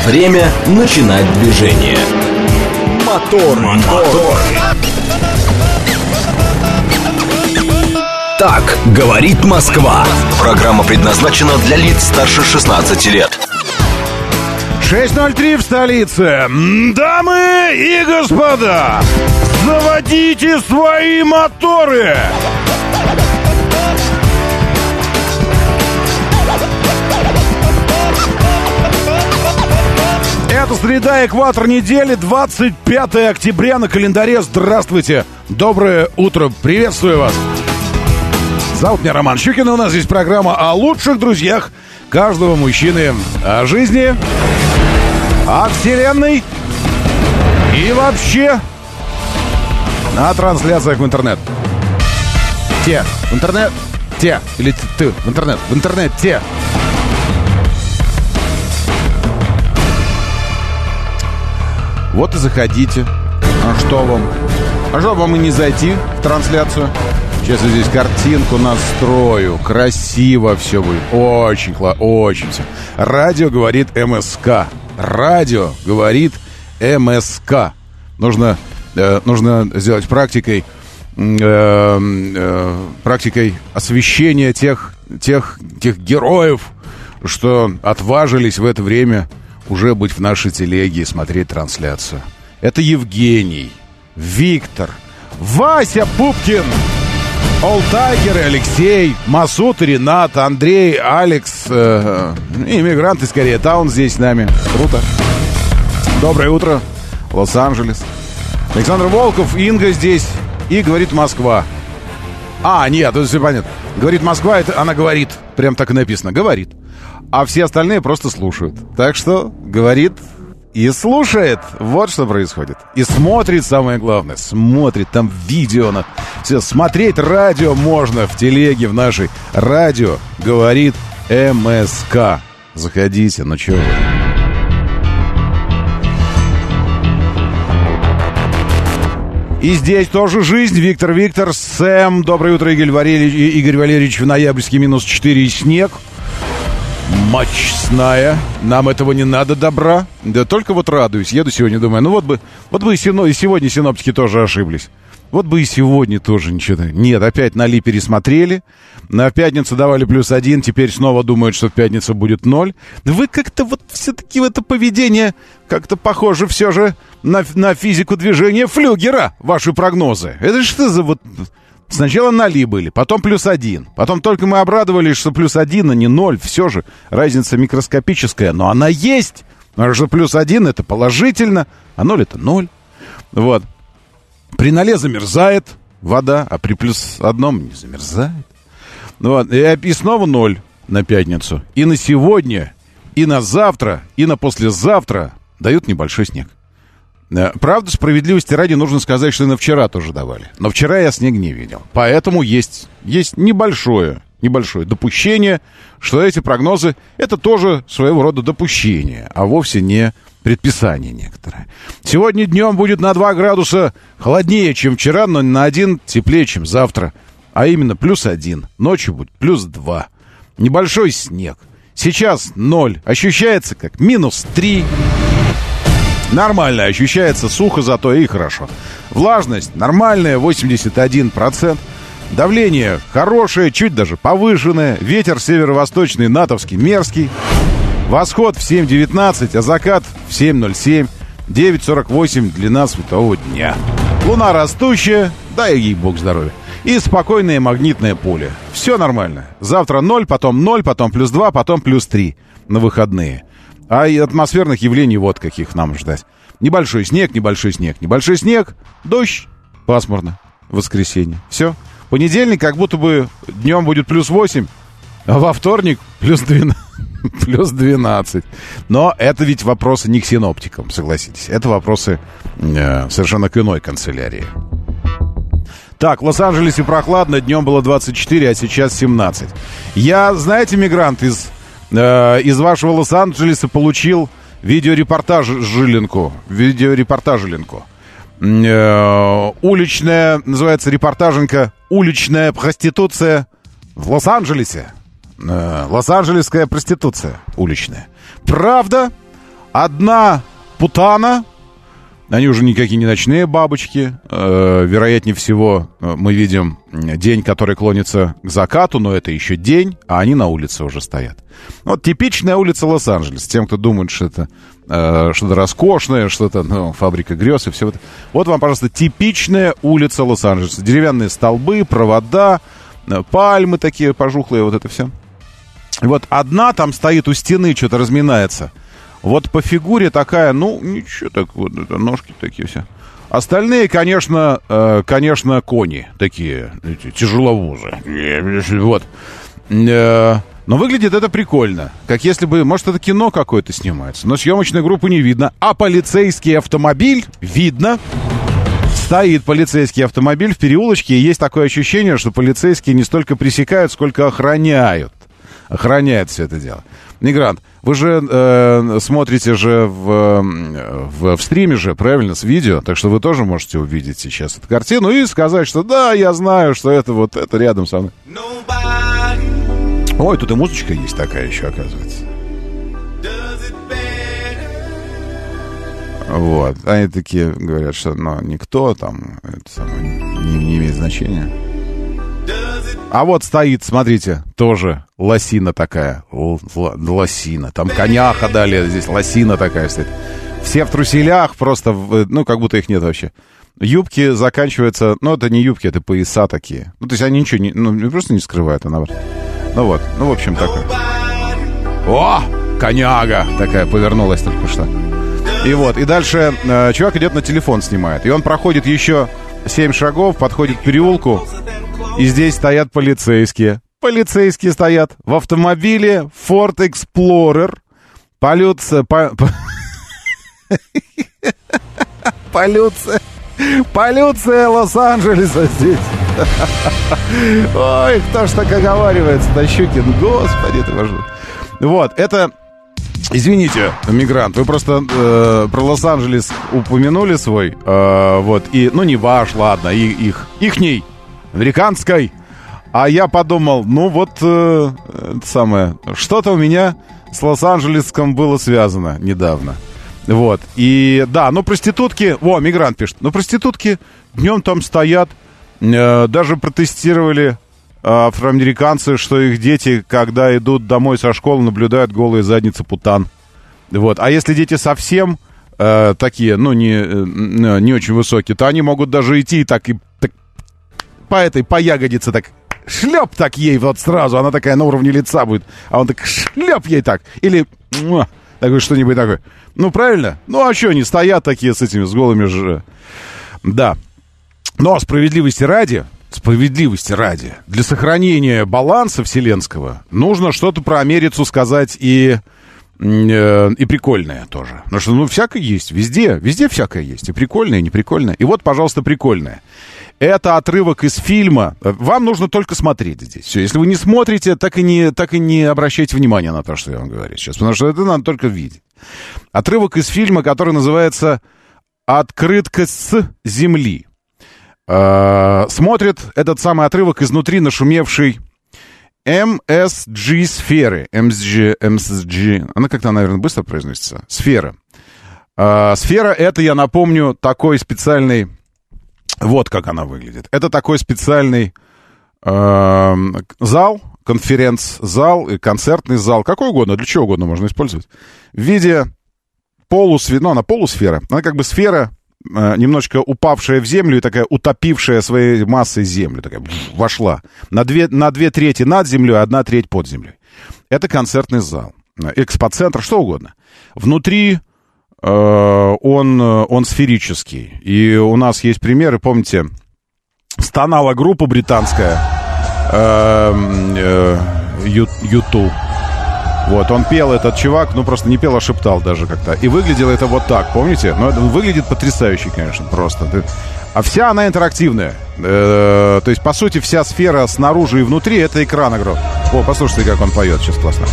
Время начинать движение. Мотор. Так говорит Москва. Программа предназначена для лиц старше 16 лет. 6:03 в столице. Дамы и господа, заводите свои моторы. Это среда, экватор недели, 25 октября на календаре. Здравствуйте, доброе утро, приветствую вас. Зовут меня Роман Щукин, и у нас здесь программа о лучших друзьях каждого мужчины, о жизни, о вселенной и вообще о трансляциях в интернет. В интернете. Вот и заходите. А что вам и не зайти в трансляцию? Сейчас я здесь картинку настрою. Красиво все будет. Очень все. Радио говорит МСК. Нужно сделать практикой освещения тех героев, что отважились в это время уже быть в нашей телеге и смотреть трансляцию. Это Евгений, Виктор, Вася Пупкин, Олтайгер и Алексей, Масуд и Ренат, Андрей, Алекс, иммигранты скорее, Таун здесь с нами. Круто. Доброе утро, Лос-Анджелес. Александр Волков, Инга здесь и говорит Москва. Нет, это все понятно. Говорит Москва, это она говорит. Прям так и написано, говорит. А все остальные просто слушают. Так что говорит и слушает. Вот что происходит. И смотрит, самое главное. Смотрит, там видео. Все, смотреть радио можно в телеге в нашей. Радио говорит МСК. Заходите, ну чё вы. И здесь тоже жизнь. Виктор, Сэм. Доброе утро, Игорь Валерьевич. В ноябрьске -4 и снег. Мощная. Нам этого не надо, добра. Да только вот радуюсь. Еду сегодня, думаю, вот бы и сегодня синоптики тоже ошиблись. Вот бы и сегодня тоже ничего. Нет, опять Нали пересмотрели. На пятницу давали +1. Теперь снова думают, что в пятницу будет 0. Вы как-то вот все-таки в это поведение как-то похоже все же на физику движения флюгера. Ваши прогнозы. Это что за вот... Сначала Нали были, потом +1. Потом только мы обрадовались, что +1, а не 0. Все же разница микроскопическая, но она есть. Потому что +1 это положительно, а 0 это 0. Вот. При 0 замерзает вода, а при +1 не замерзает. Вот. И снова 0 на пятницу. И на сегодня, и на завтра, и на послезавтра дают небольшой снег. Правда, справедливости ради нужно сказать, что и на вчера тоже давали. Но вчера я снег не видел. Поэтому есть небольшое допущение, что эти прогнозы — это тоже своего рода допущение, а вовсе не предписание некоторое. Сегодня днем будет на 2 градуса холоднее, чем вчера, но на 1 теплее, чем завтра. А именно +1. Ночью будет +2. Небольшой снег. Сейчас 0. Ощущается как -3. Нормально ощущается, сухо зато и хорошо. Влажность нормальная, 81%. Давление хорошее, чуть даже повышенное. Ветер северо-восточный, натовский, мерзкий. Восход в 7:19, а закат в 7:07. 9:48 длина светового дня. Луна растущая, дай ей бог здоровья. И спокойное магнитное поле. Все нормально. Завтра 0, потом +2, потом +3 на выходные. А и атмосферных явлений вот каких нам ждать. Небольшой снег, дождь, пасмурно, воскресенье. Все. Понедельник как будто бы днем будет +8, а во вторник +12. Но это ведь вопросы не к синоптикам, согласитесь. Это вопросы совершенно к иной канцелярии. Так, в Лос-Анджелесе прохладно, днем было 24, а сейчас 17. Я, знаете, мигрант из вашего Лос-Анджелеса получил видеорепортажилинку. Уличная, называется репортаженка «Уличная проституция в Лос-Анджелесе». Лос-Анджелесская проституция уличная. Правда? Одна путана, они уже никакие не ночные бабочки. Вероятнее всего, мы видим день, который клонится к закату, но это еще день, а они на улице уже стоят. Вот типичная улица Лос-Анджелеса. Тем, кто думает, что это что-то роскошное, что-то, фабрика грез и все это. Вот вам, пожалуйста, типичная улица Лос-Анджелеса. Деревянные столбы, провода, пальмы такие пожухлые, вот это все. И вот одна там стоит у стены, что-то разминается. Вот по фигуре такая, ничего так вот, это ножки такие все. Остальные, конечно, кони такие, тяжеловозы. Вот. Но выглядит это прикольно. Как если бы, может, это кино какое-то снимается. Но съемочной группы не видно. А полицейский автомобиль видно. Стоит полицейский автомобиль в переулочке. И есть такое ощущение, что полицейские не столько пресекают, сколько охраняют. Охраняют все это дело. Мигрант, вы же смотрите же в стриме же, правильно, с видео, так что вы тоже можете увидеть сейчас эту картину и сказать, что да, я знаю, что это вот это рядом со мной. Ой, тут и музычка есть такая еще, оказывается. Вот, они такие говорят, что никто там, это самое, не имеет значения. А вот стоит, смотрите, тоже лосина такая. Лосина. Там коняха дали, здесь лосина такая стоит. Все в труселях, просто, как будто их нет вообще. Юбки заканчиваются, это не юбки, это пояса такие. То есть они ничего не просто не скрывают, а наоборот. В общем, такое. О, коняга такая повернулась только что. И вот, и дальше чувак идет на телефон, снимает. И он проходит еще 7 шагов, подходит к переулку. И здесь стоят полицейские. Полицейские стоят в автомобиле Ford Explorer. Полиция Лос-Анджелеса здесь. Ой, кто ж так оговаривается-то, Щукин? Господи, ты боже. Вот, это... Извините, мигрант, вы просто про Лос-Анджелес упомянули свой. Вот, и, не ваш, ладно, ихний. Американской. А я подумал, это самое, что-то у меня с Лос-Анджелесом было связано недавно. Вот. И да, проститутки, мигрант пишет, проститутки днем там стоят, даже протестировали афроамериканцы, что их дети, когда идут домой со школы, наблюдают голые задницы путан. Вот. А если дети совсем такие, не очень высокие, то они могут даже идти так по ягодице так, шлеп так ей вот сразу, она такая на уровне лица будет, а он так шлеп ей так, или такое что-нибудь такое. Правильно? А что они стоят такие с голыми же? Да. Но справедливости ради, для сохранения баланса вселенского нужно что-то про Америцу сказать и прикольное тоже. Потому что, всякое есть, везде всякое есть, и прикольное, и неприкольное. И вот, пожалуйста, прикольное. Это отрывок из фильма. Вам нужно только смотреть здесь. Все, если вы не смотрите, так и не обращайте внимания на то, что я вам говорю сейчас. Потому что это надо только видеть. Отрывок из фильма, который называется «Открытка с земли». Смотрит этот самый отрывок изнутри нашумевшей MSG-сферы. MSG. Она как-то, наверное, быстро произносится. Сфера. Сфера — это, я напомню, такой специальный... Вот как она выглядит. Это такой специальный зал, конференц-зал, концертный зал, какой угодно, для чего угодно можно использовать. В виде полусферы, она полусфера, она как бы сфера, немножечко упавшая в землю и такая утопившая своей массой землю, такая вошла. На две трети над землей, а 1/3 под землей. Это концертный зал, экспоцентр, что угодно. Внутри... Он сферический. И у нас есть примеры, помните, стонала группа британская YouTube. Вот, он пел, этот чувак, просто не пел, а шептал даже как-то. И выглядело это вот так, помните? Это выглядит потрясающе, конечно, просто. А вся она интерактивная. То есть, по сути, вся сфера снаружи и внутри — это экран огромный. Послушайте, как он поет, сейчас классно.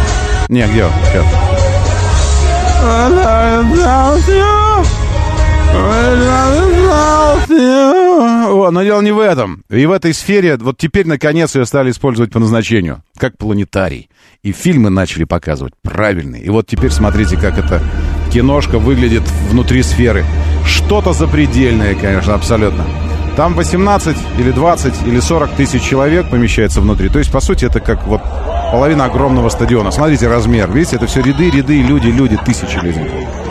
Где он? Сейчас. Но дело не в этом. И в этой сфере вот теперь наконец ее стали использовать по назначению, как планетарий. И фильмы начали показывать правильные. И вот теперь смотрите, как эта киношка выглядит внутри сферы. Что-то запредельное, конечно, абсолютно. Там 18 или 20 или 40 тысяч человек помещается внутри. То есть, по сути, это как вот половина огромного стадиона. Смотрите размер. Видите, это все ряды, люди, тысячи людей.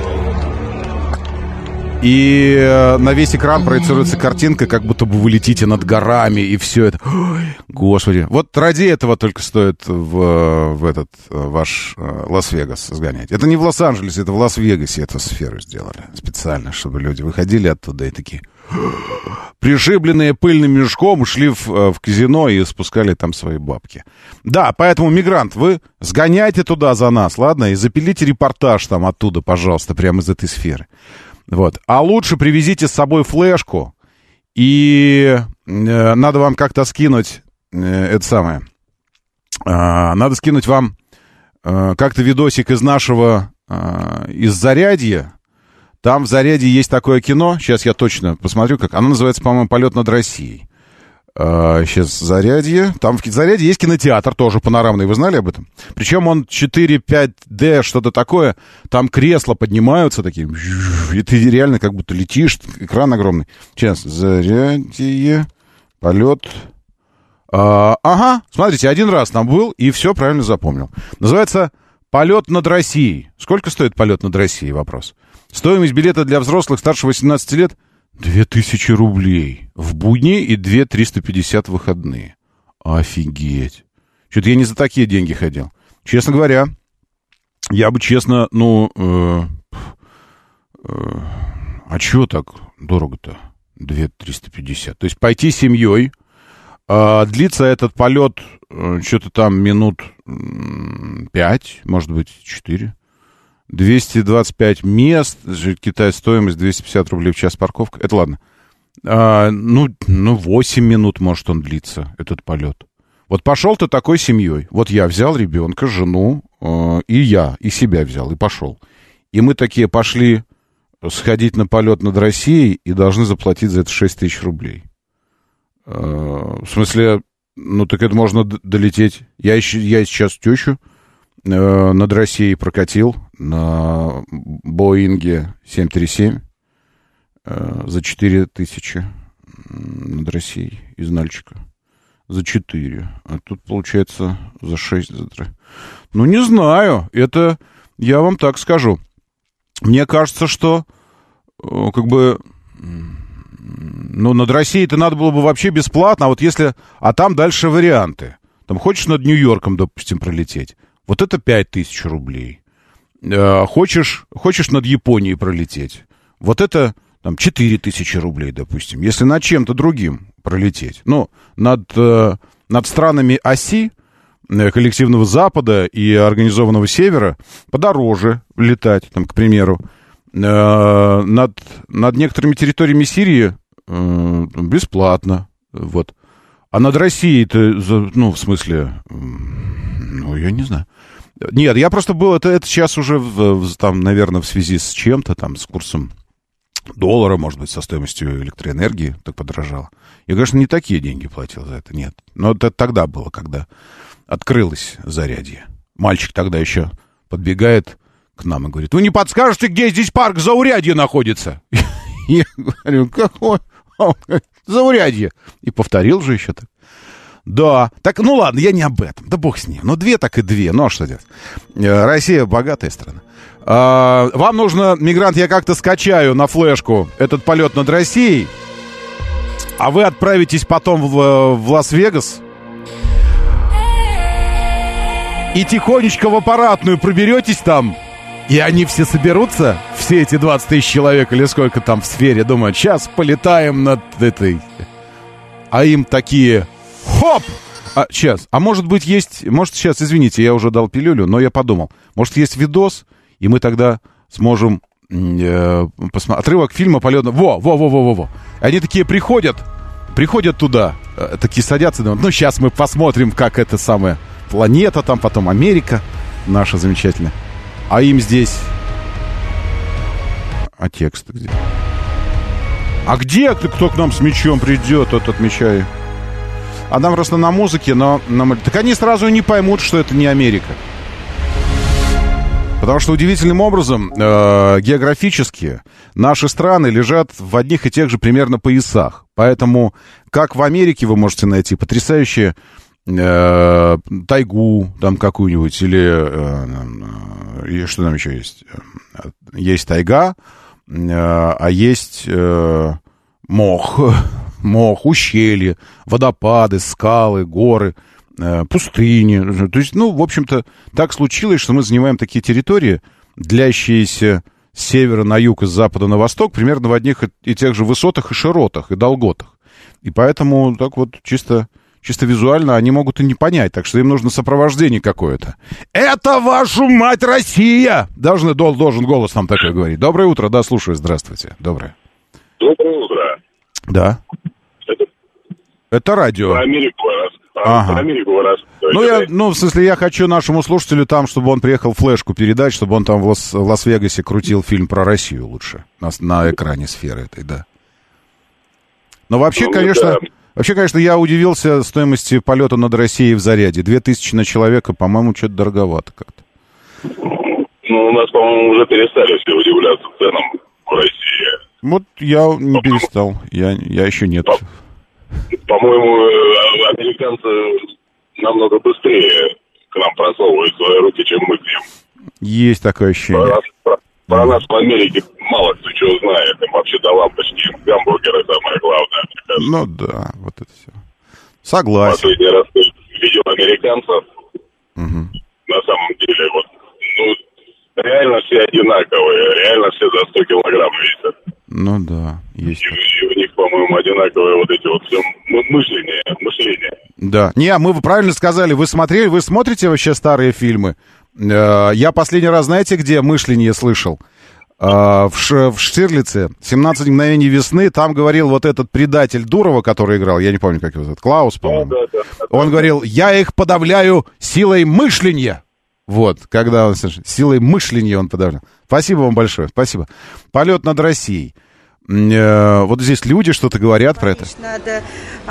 И на весь экран проецируется картинка, как будто бы вы летите над горами, и все это. Ой, господи. Вот ради этого только стоит в этот ваш Лас-Вегас сгонять. Это не в Лос-Анджелесе, это в Лас-Вегасе эту сферу сделали специально, чтобы люди выходили оттуда и такие, пришибленные пыльным мешком, шли в казино и спускали там свои бабки. Да, поэтому, мигрант, вы сгоняйте туда за нас, ладно? И запилите репортаж там оттуда, пожалуйста, прямо из этой сферы. Вот. А лучше привезите с собой флешку, и надо вам как-то скинуть это самое. Надо скинуть вам как-то видосик из нашего, из Зарядья. Там в Зарядье есть такое кино, сейчас я точно посмотрю, как оно называется, по-моему, «Полет над Россией». Сейчас Зарядье. Там в Зарядье есть кинотеатр, тоже панорамный. Вы знали об этом? Причем он 4-5D, что-то такое. Там кресла поднимаются такие. И ты реально как будто летишь. Экран огромный. Сейчас. Зарядье. Полет. Ага. Смотрите, один раз там был и все правильно запомнил. Называется «Полет над Россией». Сколько стоит «Полет над Россией»? Вопрос. Стоимость билета для взрослых старше 18 лет 2000 рублей в будни и 2350 в выходные. Офигеть. Что-то я не за такие деньги ходил. Честно говоря, я бы честно, а чего так дорого-то? 2350. То есть пойти с семьей, длится этот полет что-то там минут 5, может быть, 4. 225 мест, Китай, стоимость 250 рублей в час парковка. Это ладно. 8 минут может он длиться, этот полет. Вот пошел ты такой семьей. Вот я взял ребенка, жену, и я, и себя взял, и пошел. И мы такие пошли сходить на полет над Россией и должны заплатить за это 6 тысяч рублей. В смысле, так это можно долететь. Я сейчас тещу над Россией прокатил на Боинге 737 за 4 тысячи над Россией из Нальчика. За 4. А тут, получается, за 6. Не знаю. Это, я вам так скажу. Мне кажется, что над Россией-то надо было бы вообще бесплатно, а вот если... А там дальше варианты. Там хочешь над Нью-Йорком, допустим, пролететь? Вот это 5000 рублей. Хочешь над Японией пролететь? Вот это там 4000 рублей, допустим. Если над чем-то другим пролететь. Над странами оси, коллективного Запада и организованного Севера подороже летать, там, к примеру. Над некоторыми территориями Сирии бесплатно. Вот. А над Россией-то, в смысле, я не знаю. Нет, я просто был, это сейчас уже, там, наверное, в связи с чем-то, там, с курсом доллара, может быть, со стоимостью электроэнергии, так подорожало. Я, конечно, не такие деньги платил за это, нет. Но это тогда было, когда открылось Зарядье. Мальчик тогда еще подбегает к нам и говорит: вы не подскажете, где здесь парк Заурядье находится? Я говорю: какой? Заурядье. И повторил же еще так. Да, так, ладно, я не об этом, да бог с ним. 2 так и 2, а что делать? Россия богатая страна. Вам нужно, мигрант, я как-то скачаю на флешку этот полет над Россией, а вы отправитесь потом в Лас-Вегас и тихонечко в аппаратную проберетесь там, и они все соберутся, все эти 20 тысяч человек или сколько там в сфере, думают, сейчас полетаем над этой. А им такие... Хоп! Сейчас. А может быть есть... Может сейчас, извините, я уже дал пилюлю, но я подумал. Может есть видос, и мы тогда сможем отрывок фильма «Полет». Во. Они такие приходят туда, такие садятся, думают, сейчас мы посмотрим, как эта самая планета, там потом Америка наша замечательная. А им здесь... А текст где? А где кто к нам с мячом придет, тот отмечай. А нам просто на музыке, но так они сразу не поймут, что это не Америка. Потому что удивительным образом географически наши страны лежат в одних и тех же примерно поясах. Поэтому, как в Америке вы можете найти потрясающие тайгу там какую-нибудь, или что там еще есть? Есть тайга, а есть мох, ущелья, водопады, скалы, горы, пустыни. То есть, в общем-то, так случилось, что мы занимаем такие территории, длящиеся с севера на юг и с запада на восток, примерно в одних и тех же высотах и широтах, и долготах. И поэтому так вот чисто визуально они могут и не понять, так что им нужно сопровождение какое-то. «Это, вашу мать, Россия!» Должен голос там такой говорить. Доброе утро, да, слушаю, здравствуйте. Доброе. Доброе утро. Да. Это радио. Про Америку раз. Ага. Про Америку раз. В смысле, я хочу нашему слушателю там, чтобы он приехал флешку передать, чтобы он там в Лас-Вегасе крутил фильм про Россию лучше. На экране сферы этой, да. Но вообще, конечно, я удивился стоимости полета над Россией в Заряде. 2000 на человека, по-моему, что-то дороговато как-то. У нас, по-моему, уже перестали все удивляться ценам в России. Вот я не перестал. Я еще нет. По-моему, американцы намного быстрее к нам просовывают свои руки, чем мы к ним. Есть такое ощущение. Про нас в Америке мало кто чего знает. Им вообще до лампочки, гамбургеры самое главное. Ну да, вот это все. Согласен. Последний раз видел американцев. На самом деле, реально все одинаковые. Реально все за 100 килограмм весят. Ну да, есть. И у них, по-моему, одинаковые вот эти вот все мышление. Да. вы правильно сказали. Вы смотрите вообще старые фильмы? Я последний раз, знаете, где мышление слышал? В Штирлице «17 мгновений весны», там говорил вот этот предатель Дурова, который играл, я не помню, как его зовут, Клаус, по-моему. Да. Он говорил: «Я их подавляю силой мышления». Вот, когда он силой мышления он подавлял. Спасибо вам большое, спасибо. Полет над Россией. Вот здесь люди что-то говорят про это. Надо,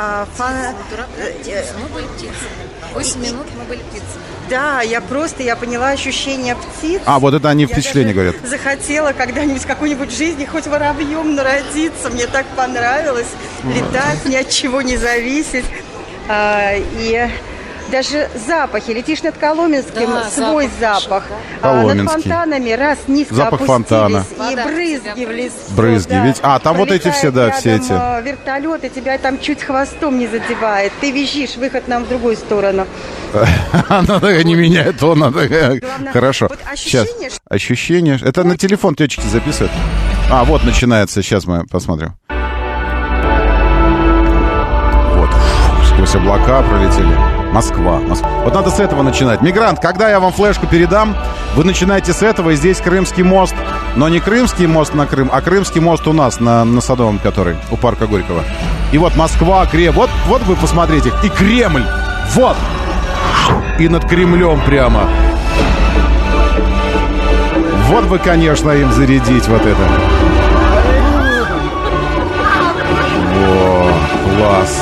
мы были птицы. 8 минут мы были птицы. Да, я поняла ощущение птиц. Вот это они впечатления говорят. Захотела когда-нибудь в какой-нибудь жизни хоть воробьем народиться. Мне так понравилось летать, ни от чего не зависеть. И даже запахи. Летишь над Коломенским, свой запах. Над фонтанами низко запах опустились. Фонтана. И брызги в лесу. Брызги, да. Ведь, там вот эти все, да, все эти. Вертолеты тебя там чуть хвостом не задевает. Ты визжишь, выход нам в другую сторону. Надо не меняет тон. Хорошо. Сейчас. Ощущение. Это на телефон течки записывают. Вот начинается. Сейчас мы посмотрим. Вот. Сквозь облака пролетели. Москва. Вот надо с этого начинать. Мигрант, когда я вам флешку передам, вы начинаете с этого, и здесь Крымский мост. Но не Крымский мост на Крым, а Крымский мост у нас на Садовом, который у парка Горького. И вот Москва, Кремль. Вот вы посмотрите. И Кремль. Вот. И над Кремлем прямо. Вот бы, конечно, им зарядить вот это. О, класс.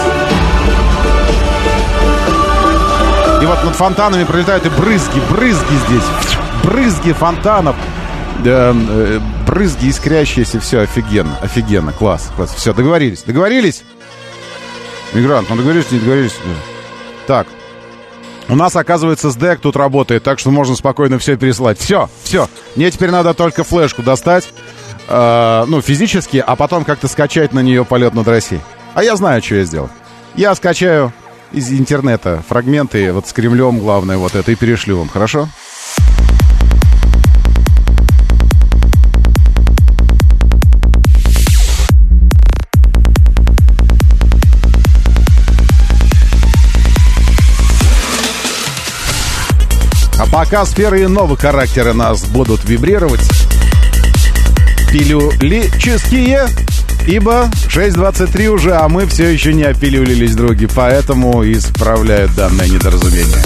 И вот над фонтанами пролетают и брызги здесь. Брызги фонтанов. Брызги искрящиеся. Все, офигенно. Класс. Все, договорились? Мигрант, договорились, не договорились? Так. У нас, оказывается, СДЭК тут работает, так что можно спокойно все переслать. Все. Мне теперь надо только флешку достать, физически, а потом как-то скачать на нее полет над Россией. А я знаю, что я сделаю. Я скачаю из интернета фрагменты, вот с Кремлем, главное, вот это, и перешлю вам, хорошо? А пока сферы иного характера нас будут вибрировать, пилюлические, ибо 6:23 уже, а мы все еще не опилюлились, други, поэтому исправляют данное недоразумение.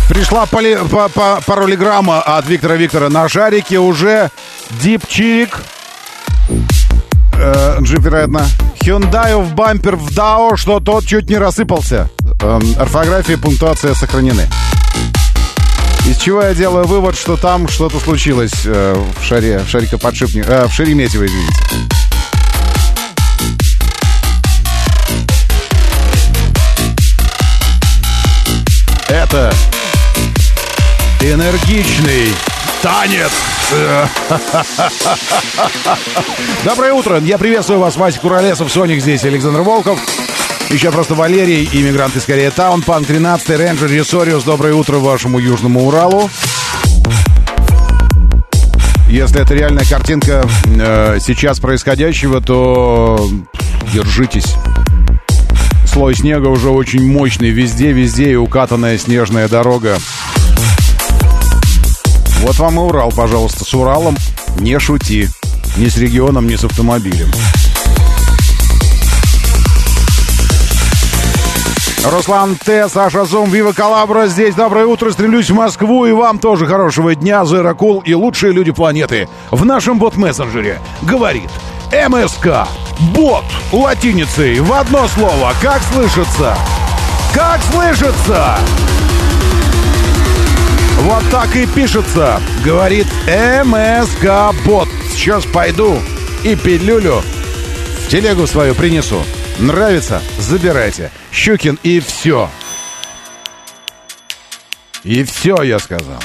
Пришла паролиграмма от Виктора на шарике. Уже дипчик. Джип, вероятно. Hyundai в бампер в Дао, что тот чуть не рассыпался. Орфография и пунктуация сохранены. Из чего я делаю вывод, что там что-то случилось в Шерекоподшипнике, в Шереметьево, извините. Это энергичный танец. Доброе утро. Я приветствую вас, Вася Куролесов, Соник здесь, Александр Волков. Еще просто Валерий, иммигрант из Кореятаун, Панк 13, Рейнджер, Ресориус. Доброе утро вашему Южному Уралу. Если это реальная картинка сейчас происходящего, то держитесь. Слой снега уже очень мощный везде и укатанная снежная дорога. Вот вам и Урал, пожалуйста. С Уралом не шути. Ни с регионом, ни с автомобилем. Руслан Т, Саша Зум, Вива Калабра здесь. Доброе утро, стремлюсь в Москву. И вам тоже хорошего дня. Зеракул и лучшие люди планеты в нашем бот-мессенджере говорит МСК. Бот латиницей в одно слово. Как слышится? Как слышится? Вот так и пишется. Говорит МСК Бот. Сейчас пойду и пилюлю в телегу свою принесу. Нравится? Забирайте. Щукин и все. И все, я сказал.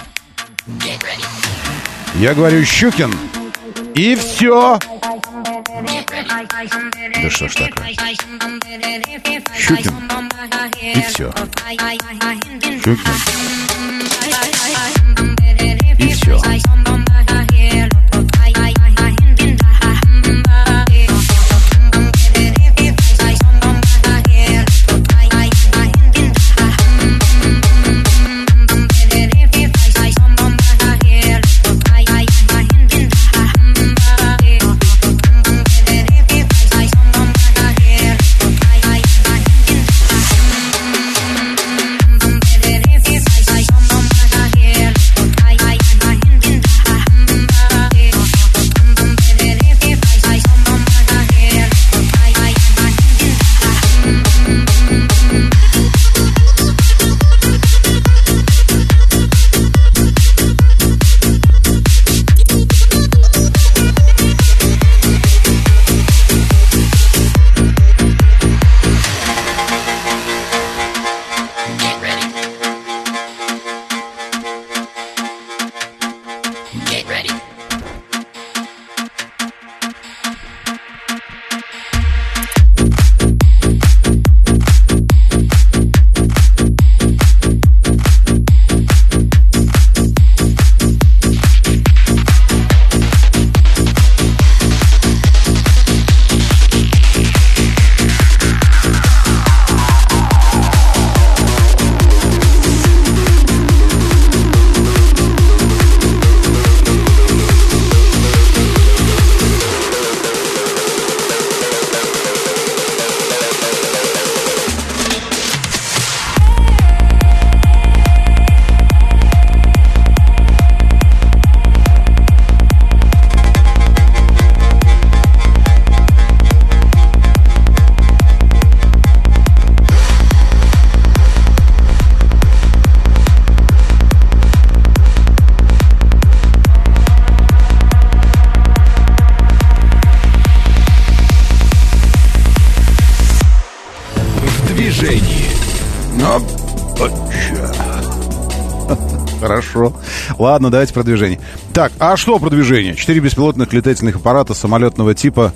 Я говорю, Щукин и все. Да что ж такое? Щукин и все. Щукин и все. Хорошо. Ладно, давайте про движение. Так, а что про движение? 4 беспилотных летательных аппарата самолетного типа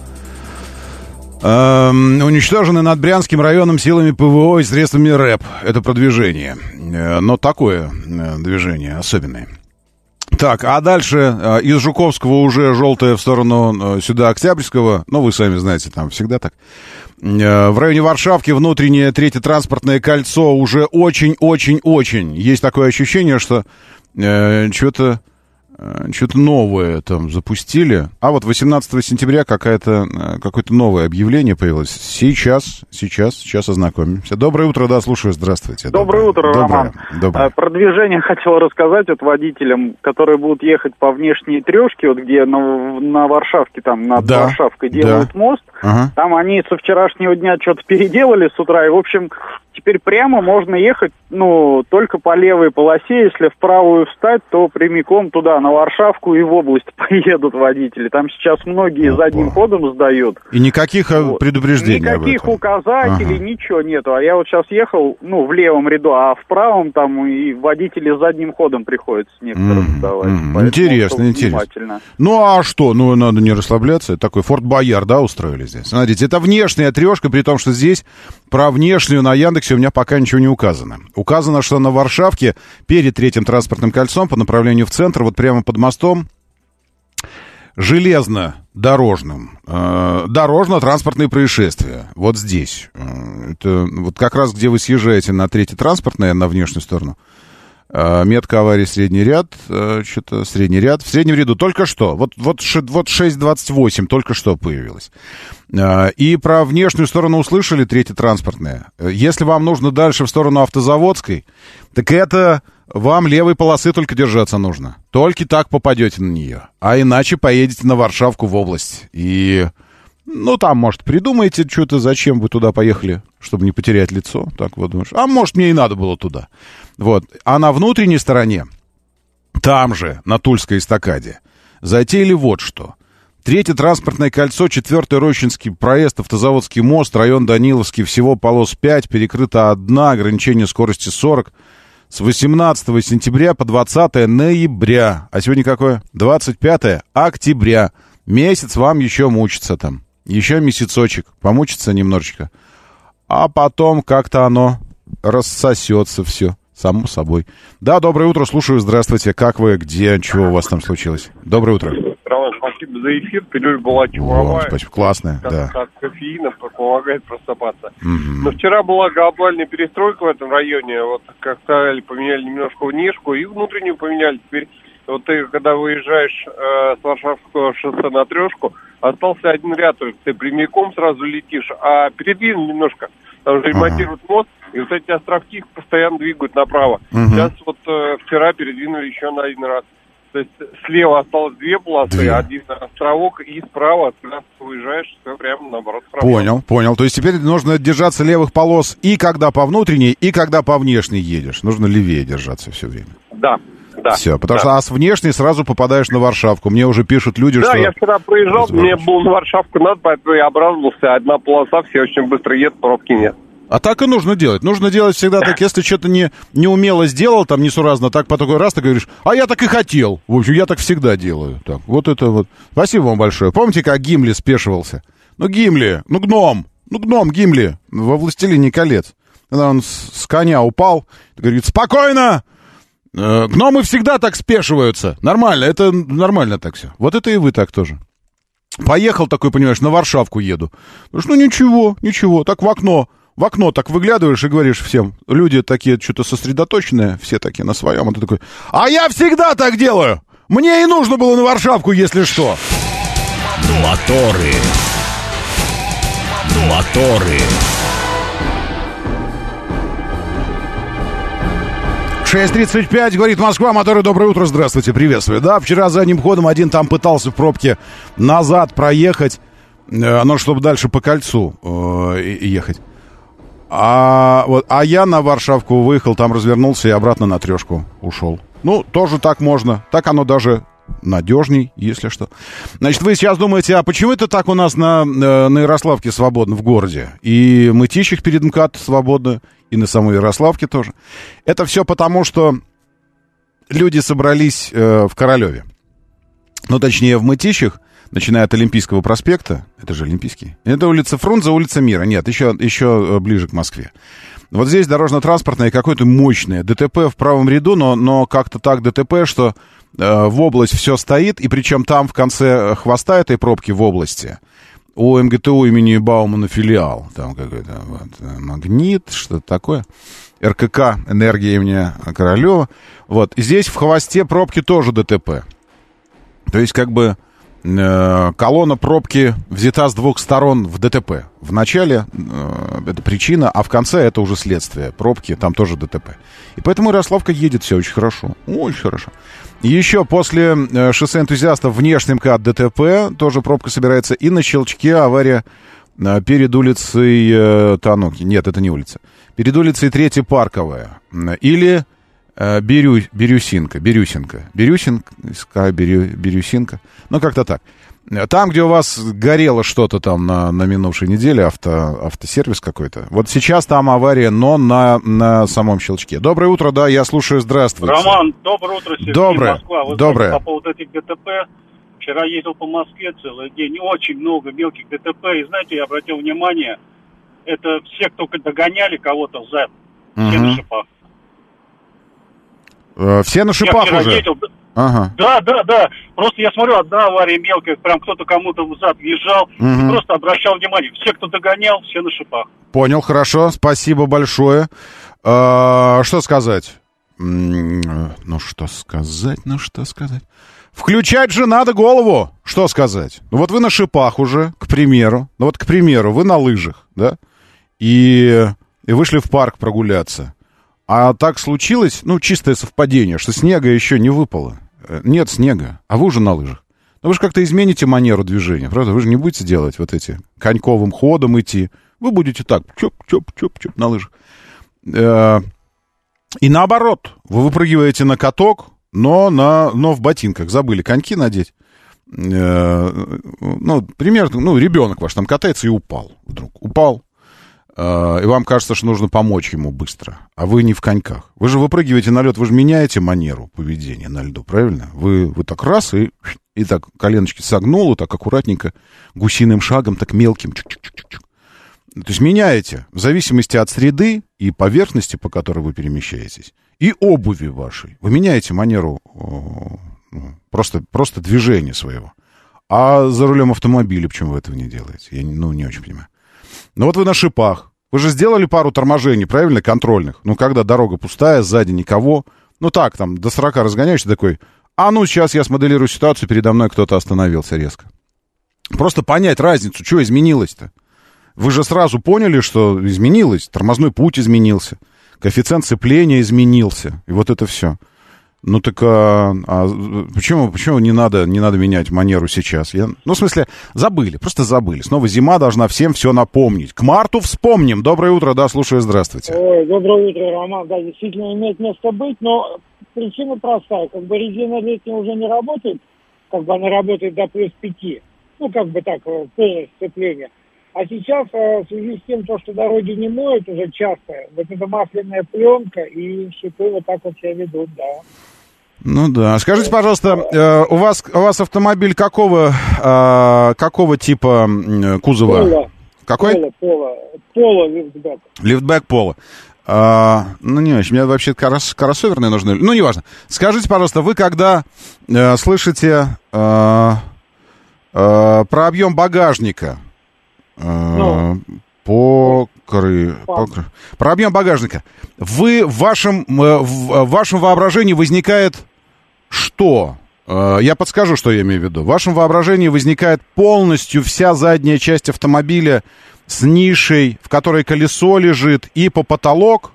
уничтожены над Брянским районом силами ПВО и средствами РЭП. Это про движение. Но такое движение особенное. Так, а дальше из Жуковского уже желтое в сторону сюда Октябрьского. Ну, вы сами знаете, там всегда так. В районе Варшавки внутреннее третье транспортное кольцо уже очень-очень-очень. Есть такое ощущение, что что-то Что-то новое там запустили. А вот 18 сентября какое-то новое объявление появилось. Сейчас ознакомимся. Доброе утро, да, слушаю, здравствуйте. Доброе утро, Роман. Доброе. Про движение хотел рассказать вот водителям, которые будут ехать по внешней трешке, вот где на Варшавке, там над Варшавкой делают мост. Ага. Там они со вчерашнего дня что-то переделали с утра, и, в общем, теперь прямо можно ехать, только по левой полосе. Если в правую встать, то прямиком туда, на Варшавку, и в область поедут водители. Там сейчас многие задним ходом сдают. И никаких предупреждений никаких указателей, ничего нету. А я вот сейчас ехал, в левом ряду, а в правом там и водители задним ходом приходится некоторым сдавать. Интересно. Ну, а что? Надо не расслабляться. Такой Форт Боярд, да, устроили здесь. Смотрите, это внешняя трешка, при том, что здесь про внешнюю на Яндексе у меня пока ничего не указано. Указано, что на Варшавке перед третьим транспортным кольцом по направлению в центр, вот прямо под мостом, железнодорожным, дорожно-транспортные происшествия. Вот здесь. Это вот как раз, где вы съезжаете на третий транспортный, на внешнюю сторону. Метка аварии средний ряд. Средний ряд. В среднем ряду только что. Вот 6.28 только что появилось. И про внешнюю сторону услышали, третья транспортная. Если вам нужно дальше в сторону Автозаводской, так это вам левой полосы только держаться нужно. Только так попадете на нее. А иначе поедете на Варшавку в область. И... там, может, придумаете что-то, зачем вы туда поехали, чтобы не потерять лицо. Так вот думаешь. А может, мне и надо было туда. Вот. А на внутренней стороне, там же, на Тульской эстакаде, затеяли вот что. Третье транспортное кольцо, 4-й Рощинский проезд, Автозаводский мост, район Даниловский, всего полос 5, перекрыта одна, ограничение скорости 40. С 18 сентября по 20 ноября. А сегодня какое? 25 октября. Месяц вам еще мучиться там. Еще месяцочек. Помучиться немножечко. А потом как-то оно рассосется все. Само собой. Да, доброе утро, слушаю. Здравствуйте. Как вы? Где? Чего у вас там случилось? Доброе утро. Роман, спасибо за эфир. Пилюль была чумовая. Спасибо. Классная, да. От кофеина помогает просыпаться. Но вчера была глобальная перестройка в этом районе. Вот, как сказали, поменяли немножко внешку и внутреннюю поменяли. Теперь вот ты, когда выезжаешь с Варшавского шоссе на трешку, остался один ряд, только ты прямиком сразу летишь, а передвинул немножко. Там же ремонтируют мост, и вот эти островки их постоянно двигают направо. Сейчас вот вчера передвинули еще на один раз. То есть слева осталось две полосы, один островок, и справа, когда ты уезжаешь, все прямо наоборот. Понял. То есть теперь нужно держаться левых полос и когда по внутренней, и когда по внешней едешь. Нужно левее держаться все время. Да. Все, потому что с внешней сразу попадаешь на Варшавку. Мне уже пишут люди, что... Да, я вчера проезжал, мне было на Варшавку надо, поэтому я обрадовался. Одна полоса, все очень быстро едут, пробки нет. А так и нужно делать. Нужно делать всегда так, если что-то неумело сделал, там несуразно, так по такой раз ты говоришь, а я так и хотел. В общем, я так всегда делаю. Так, вот это вот. Спасибо вам большое. Помните, как Гимли спешивался? Гном Гимли во «Властелине колец». Когда он с коня упал, говорит, спокойно! Гномы всегда так спешиваются. Нормально, это нормально так все. Вот это и вы так тоже. Поехал такой, понимаешь, на Варшавку еду. Ничего, так в окно так выглядываешь и говоришь всем. Люди такие что-то сосредоточенные, все такие на своем. А ты такой, а я всегда так делаю. Мне и нужно было на Варшавку, если что. Моторы. 6:35, говорит Москва, моторы, доброе утро, здравствуйте, приветствую. Да, вчера задним ходом один там пытался в пробке назад проехать, чтобы дальше по кольцу ехать. А я на Варшавку выехал, там развернулся и обратно на трешку ушел. Тоже так можно, так оно даже надежней, если что. Значит, вы сейчас думаете, а почему это так у нас на Ярославке свободно в городе? И Мытищах перед МКАД свободно, и на самой Ярославке тоже. Это все потому, что люди собрались в Королеве. Точнее, в Мытищах, начиная от Олимпийского проспекта, это же Олимпийский, это улица Фрунзе, улица Мира, нет, еще ближе к Москве. Вот здесь дорожно-транспортное какое-то мощное ДТП в правом ряду, но как-то так ДТП, что в область все стоит, и причем там в конце хвоста этой пробки в области у МГТУ имени Баумана филиал, там какой-то Магнит, что-то такое, РКК «Энергия» имени Королева. Вот, и здесь в хвосте пробки тоже ДТП. То есть, как бы, колонна пробки взята с двух сторон в ДТП. В начале это причина, а в конце это уже следствие. Пробки, там тоже ДТП. И поэтому Ярославка едет все очень хорошо. Очень хорошо. И еще после шоссе энтузиастов внешний МКАД ДТП, тоже пробка собирается. И на Щелчке авария перед улицей Тануки. Нет, это не улица. Перед улицей 3-я Парковая. Или Бирюсинка. Ну, как-то так. Там, где у вас горело что-то там на минувшей неделе, автосервис какой-то. Вот сейчас там авария, но на самом Щелчке. Доброе утро, да, я слушаю, здравствуйте. Роман, доброе утро, Сергей, доброе. Москва. Вы Доброе. знаете, по поводу этих ДТП. Вчера ездил по Москве целый день, очень много мелких ДТП. И знаете, я обратил внимание, это все, кто догоняли кого-то сзади, все на шипах. Все на шипах я уже? Ездил, ага. Да. Просто я смотрю, одна авария мелкая, прям кто-то кому-то в зад въезжал. И просто обращал внимание, все, кто догонял, все на шипах. Понял, хорошо, спасибо большое. Что сказать? Ну, что сказать? Включать же надо голову. Что сказать? Ну, вот вы на шипах уже, к примеру. Ну, вот, к примеру, вы на лыжах, да? И вышли в парк прогуляться. А так случилось, ну, чистое совпадение, что снега еще не выпало. Нет снега, а вы уже на лыжах. Но вы же как-то измените манеру движения, правда? Вы же не будете делать вот эти коньковым ходом идти. Вы будете так, чоп-чоп-чоп на лыжах. И наоборот, вы выпрыгиваете на каток, но в ботинках. Забыли коньки надеть. Ну, примерно, ребенок ваш там катается и упал вдруг. Упал. И вам кажется, что нужно помочь ему быстро. А вы не в коньках. Вы же выпрыгиваете на лед, вы же меняете манеру поведения на льду, правильно? Вы так раз и так коленочки согнул, так аккуратненько, гусиным шагом, так мелким. Чук-чук-чук-чук. То есть меняете в зависимости от среды и поверхности, по которой вы перемещаетесь, и обуви вашей. Вы меняете манеру просто движения своего. А за рулем автомобиля почему вы этого не делаете? Я не очень понимаю. Ну вот вы на шипах. Вы же сделали пару торможений, правильно, контрольных? Ну, когда дорога пустая, сзади никого. Ну так, там, до 40 разгоняешься такой. Сейчас я смоделирую ситуацию, передо мной кто-то остановился резко. Просто понять разницу, что изменилось-то. Вы же сразу поняли, что изменилось. Тормозной путь изменился. Коэффициент сцепления изменился. И вот это все. Ну так почему не надо менять манеру сейчас? В смысле, просто забыли. Снова зима должна всем все напомнить. К марту вспомним. Доброе утро, да, слушаю, здравствуйте. Ой, доброе утро, Роман. Да, действительно имеет место быть, но причина простая. Резина летняя уже не работает, она работает до +5. Полное сцепление. А сейчас, в связи с тем, что дороги не моют уже часто, вот эта масляная пленка и шипы вот так вот себя ведут, да. Ну да. Скажите, пожалуйста, у вас автомобиль какого типа кузова? Поло. Какой? Поло, лифтбэк. Лифтбэк Поло. Не очень. Мне вообще кроссоверные нужны. Ну, неважно. Скажите, пожалуйста, вы когда слышите про объем багажника, про объем багажника, в вашем воображении возникает что? Я подскажу, что я имею в виду. В вашем воображении возникает полностью вся задняя часть автомобиля с нишей, в которой колесо лежит, и по потолок,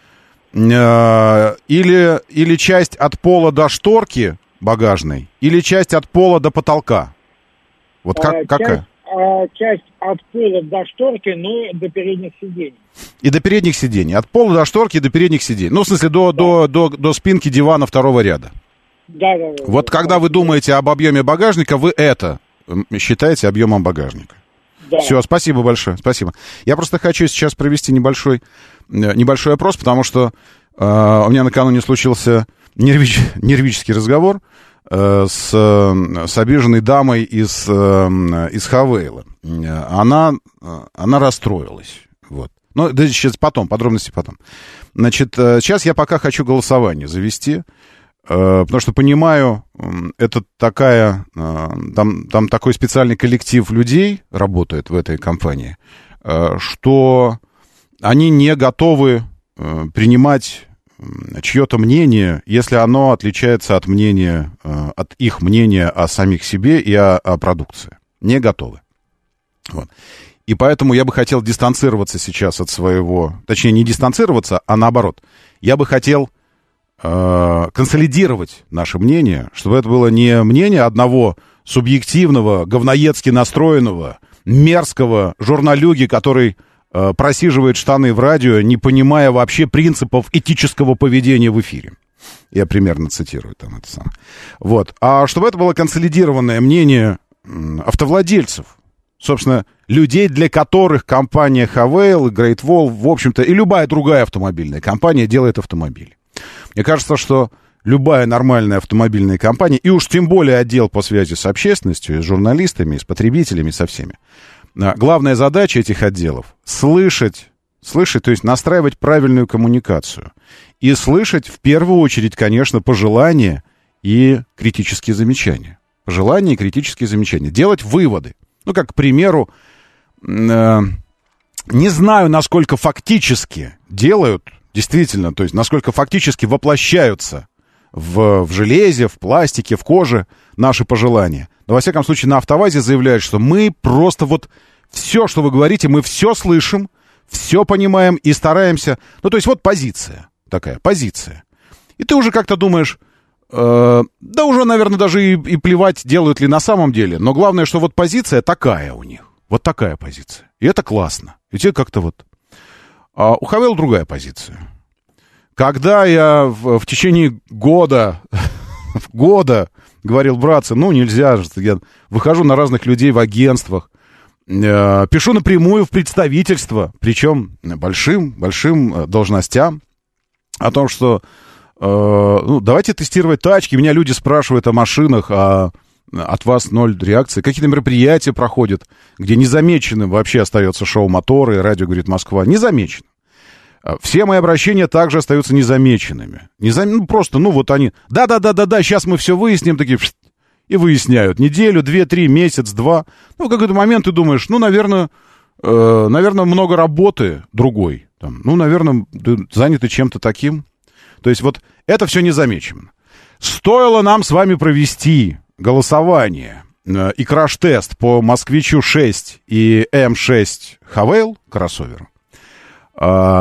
или часть от пола до шторки багажной, или часть от пола до потолка? Вот какая? Часть от пола до шторки, но до передних сидений. И до передних сидений. От пола до шторки и до передних сидений. Ну, в смысле, до спинки дивана второго ряда. Да. Вот когда вы думаете об объеме багажника, вы это считаете объемом багажника. Да. Все, спасибо большое, спасибо. Я просто хочу сейчас провести небольшой опрос, потому что у меня накануне случился нервический разговор с обиженной дамой из Хавейла. Она расстроилась. Вот. Ну, да, сейчас подробности потом. Значит, сейчас я пока хочу голосование завести, потому что понимаю, это там такой специальный коллектив людей работает в этой компании, что они не готовы принимать чье-то мнение, если оно отличается от мнения, от их мнения о самих себе и о продукции. Не готовы. Вот. И поэтому я бы хотел дистанцироваться сейчас от своего... Точнее, не дистанцироваться, а наоборот. Я бы хотел консолидировать наше мнение, чтобы это было не мнение одного субъективного, говноедски настроенного, мерзкого журналюги, который просиживает штаны в радио, не понимая вообще принципов этического поведения в эфире. Я примерно цитирую там это самое. Вот. А чтобы это было консолидированное мнение автовладельцев, собственно, людей, для которых компания Хавейл и Great Wall, в общем-то, и любая другая автомобильная компания делает автомобили. Мне кажется, что любая нормальная автомобильная компания, и уж тем более отдел по связи с общественностью, с журналистами, с потребителями, со всеми, главная задача этих отделов — слышать, то есть настраивать правильную коммуникацию. И слышать, в первую очередь, конечно, пожелания и критические замечания. Пожелания и критические замечания. Делать выводы. Ну, как, к примеру, не знаю, насколько фактически делают, действительно, то есть насколько фактически воплощаются в железе, в пластике, в коже наши пожелания. Но, во всяком случае, на АвтоВАЗе заявляют, что мы просто вот все, что вы говорите, мы все слышим, все понимаем и стараемся. Ну, то есть вот позиция такая, позиция. И ты уже как-то думаешь, да уже, наверное, даже и плевать, делают ли на самом деле. Но главное, что вот позиция такая у них. Вот такая позиция. И это классно. И тебе как-то вот... А у Хавейл другая позиция. Когда я в течение года говорил, братцы, ну нельзя же, я выхожу на разных людей в агентствах, пишу напрямую в представительство, причем большим должностям, о том, что ну, давайте тестировать тачки. Меня люди спрашивают о машинах, а от вас ноль реакции. Какие-то мероприятия проходят, где незамеченным вообще остается шоу «Моторы», радио «Говорит Москва». Незамеченным. Все мои обращения также остаются незамеченными. Ну, просто, ну, вот они... Да, сейчас мы все выясним, такие... И выясняют. Неделю, 2-3, месяц, 2. Ну, в какой-то момент ты думаешь, ну, наверное, много работы другой. Там, ну, наверное, ты заняты чем-то таким. То есть вот это все незамечено. Стоило нам с вами провести голосование и краш-тест по Москвичу 6 и М6 Хавейл, кроссоверу. И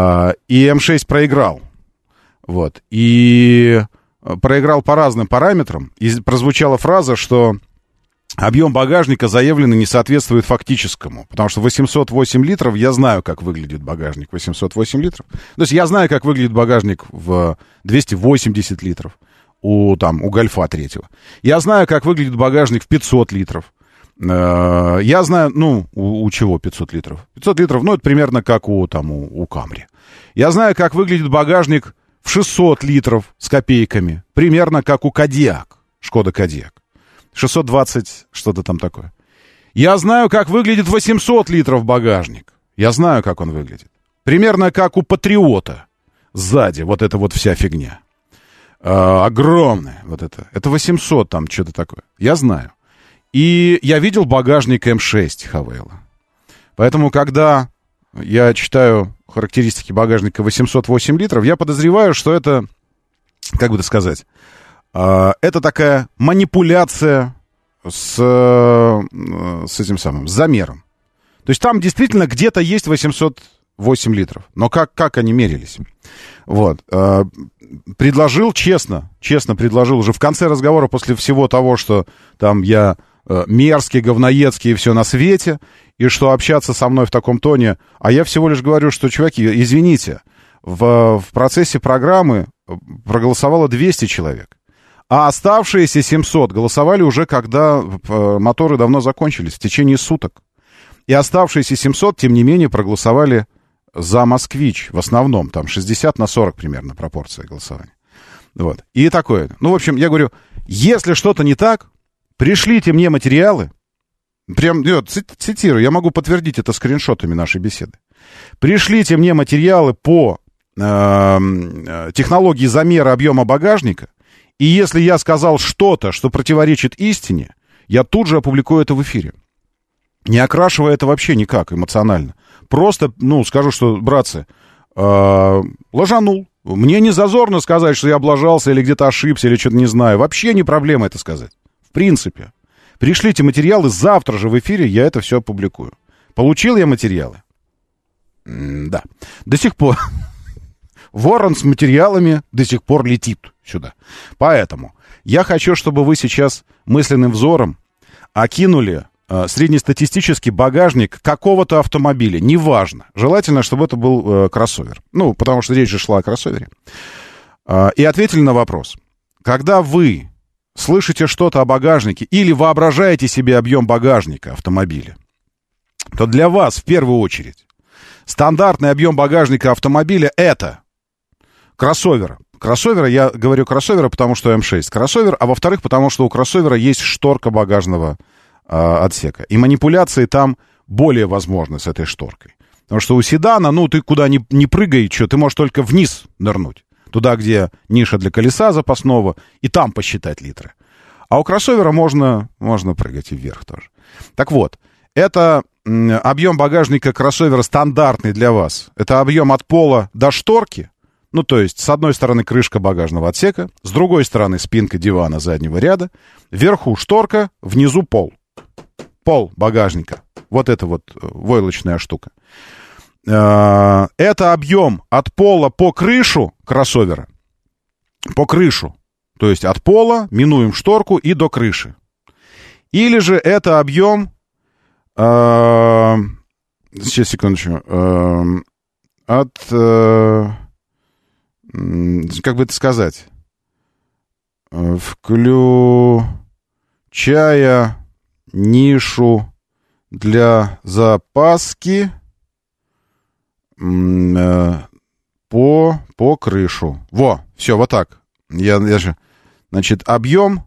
М6 проиграл. Вот. И проиграл по разным параметрам. И прозвучала фраза, что объем багажника заявленный не соответствует фактическому. Потому что 808 литров, я знаю, как выглядит багажник 808 литров. То есть я знаю, как выглядит багажник в 280 литров у Гольфа 3. Я знаю, как выглядит багажник в 500 литров. Я знаю, ну, у чего 500 литров? 500 литров, ну, это примерно как у Камри. Я знаю, как выглядит багажник в 600 литров с копейками. Примерно как у Кодиак, Шкода Кодиак. 620, что-то там такое. Я знаю, как выглядит 800 литров багажник. Я знаю, как он выглядит. Примерно как у Патриота. Сзади вот эта вот вся фигня. Огромная вот это. Это 800 там, что-то такое. Я знаю. И я видел багажник М6 Хавейла. Поэтому, когда я читаю характеристики багажника 808 литров, я подозреваю, что это, как бы это сказать, это такая манипуляция с этим самым, с замером. То есть там действительно где-то есть 808 литров. Но как они мерились? Вот. Предложил честно предложил уже в конце разговора, после всего того, что там я мерзкий, говноедский и все на свете, и что общаться со мной в таком тоне. А я всего лишь говорю, что, чуваки, извините, в процессе программы проголосовало 200 человек. А оставшиеся 700 голосовали уже, когда моторы давно закончились, в течение суток. И оставшиеся 700, тем не менее, проголосовали за «Москвич». В основном, там 60-40 примерно пропорция голосования. Вот. И такое. Ну, в общем, я говорю, если что-то не так, пришлите мне материалы. Прям, цитирую, я могу подтвердить это скриншотами нашей беседы. Пришлите мне материалы по технологии замера объема багажника. И если я сказал что-то, что противоречит истине, я тут же опубликую это в эфире. Не окрашивая это вообще никак эмоционально. Просто, скажу, что, братцы, ложанул. Мне не зазорно сказать, что я облажался или где-то ошибся, или что-то не знаю. Вообще не проблема это сказать. В принципе. Пришлите материалы, завтра же в эфире я это все опубликую. Получил я материалы? Да. До сих пор. Ворон с материалами до сих пор летит сюда. Поэтому я хочу, чтобы вы сейчас мысленным взором окинули среднестатистический багажник какого-то автомобиля. Неважно. Желательно, чтобы это был кроссовер. Ну, потому что речь же шла о кроссовере. И ответили на вопрос. Когда вы слышите что-то о багажнике или воображаете себе объем багажника автомобиля, то для вас в первую очередь стандартный объем багажника автомобиля — это кроссовера. Кроссовера, я говорю кроссовера, потому что М6 кроссовер, а во-вторых, потому что у кроссовера есть шторка багажного отсека. И манипуляции там более возможны с этой шторкой. Потому что у седана, ну, ты куда не прыгай, что, ты можешь только вниз нырнуть. Туда, где ниша для колеса запасного, и там посчитать литры. А у кроссовера можно прыгать и вверх тоже. Так вот, это объем багажника кроссовера стандартный для вас. Это объем от пола до шторки. Ну, то есть, с одной стороны крышка багажного отсека, с другой стороны спинка дивана заднего ряда, вверху шторка, внизу пол. Пол багажника. Вот это вот войлочная штука. Это объем от пола по крышу кроссовера. По крышу. То есть, от пола минуем шторку и до крыши. Или же это объем... сейчас, секундочку. От... как бы это сказать? Включая нишу для запаски по крышу. Во, все, вот так. Я же... Значит, объем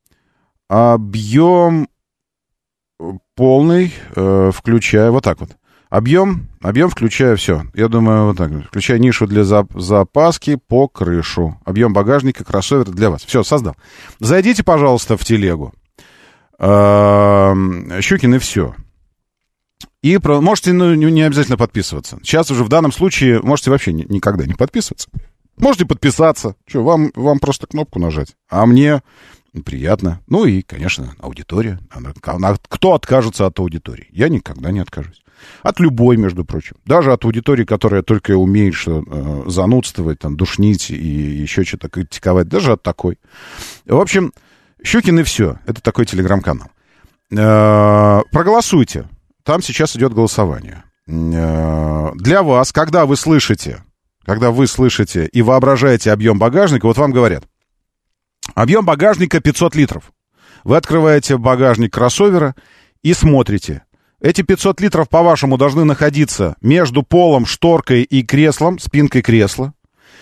полный, включая... Вот так вот. Объем, включая все. Я думаю, вот так. Включая нишу для запаски по крышу. Объем багажника, кроссовер для вас. Все, создал. Зайдите, пожалуйста, в телегу. Щукин, и все. И можете, не обязательно подписываться. Сейчас уже в данном случае можете вообще никогда не подписываться. Можете подписаться. Что, вам просто кнопку нажать. А мне приятно. Ну и, конечно, аудитория. Кто откажется от аудитории? Я никогда не откажусь. От любой, между прочим. Даже от аудитории, которая только умеет занудствовать, там, душнить и еще что-то критиковать. Даже от такой. В общем, Щукин, и все. Это такой телеграм-канал. Проголосуйте. Там сейчас идет голосование. Для вас, когда вы слышите и воображаете объем багажника, вот вам говорят, объем багажника 500 литров. Вы открываете багажник кроссовера и смотрите. Эти 500 литров, по-вашему, должны находиться между полом, шторкой и креслом, спинкой кресла.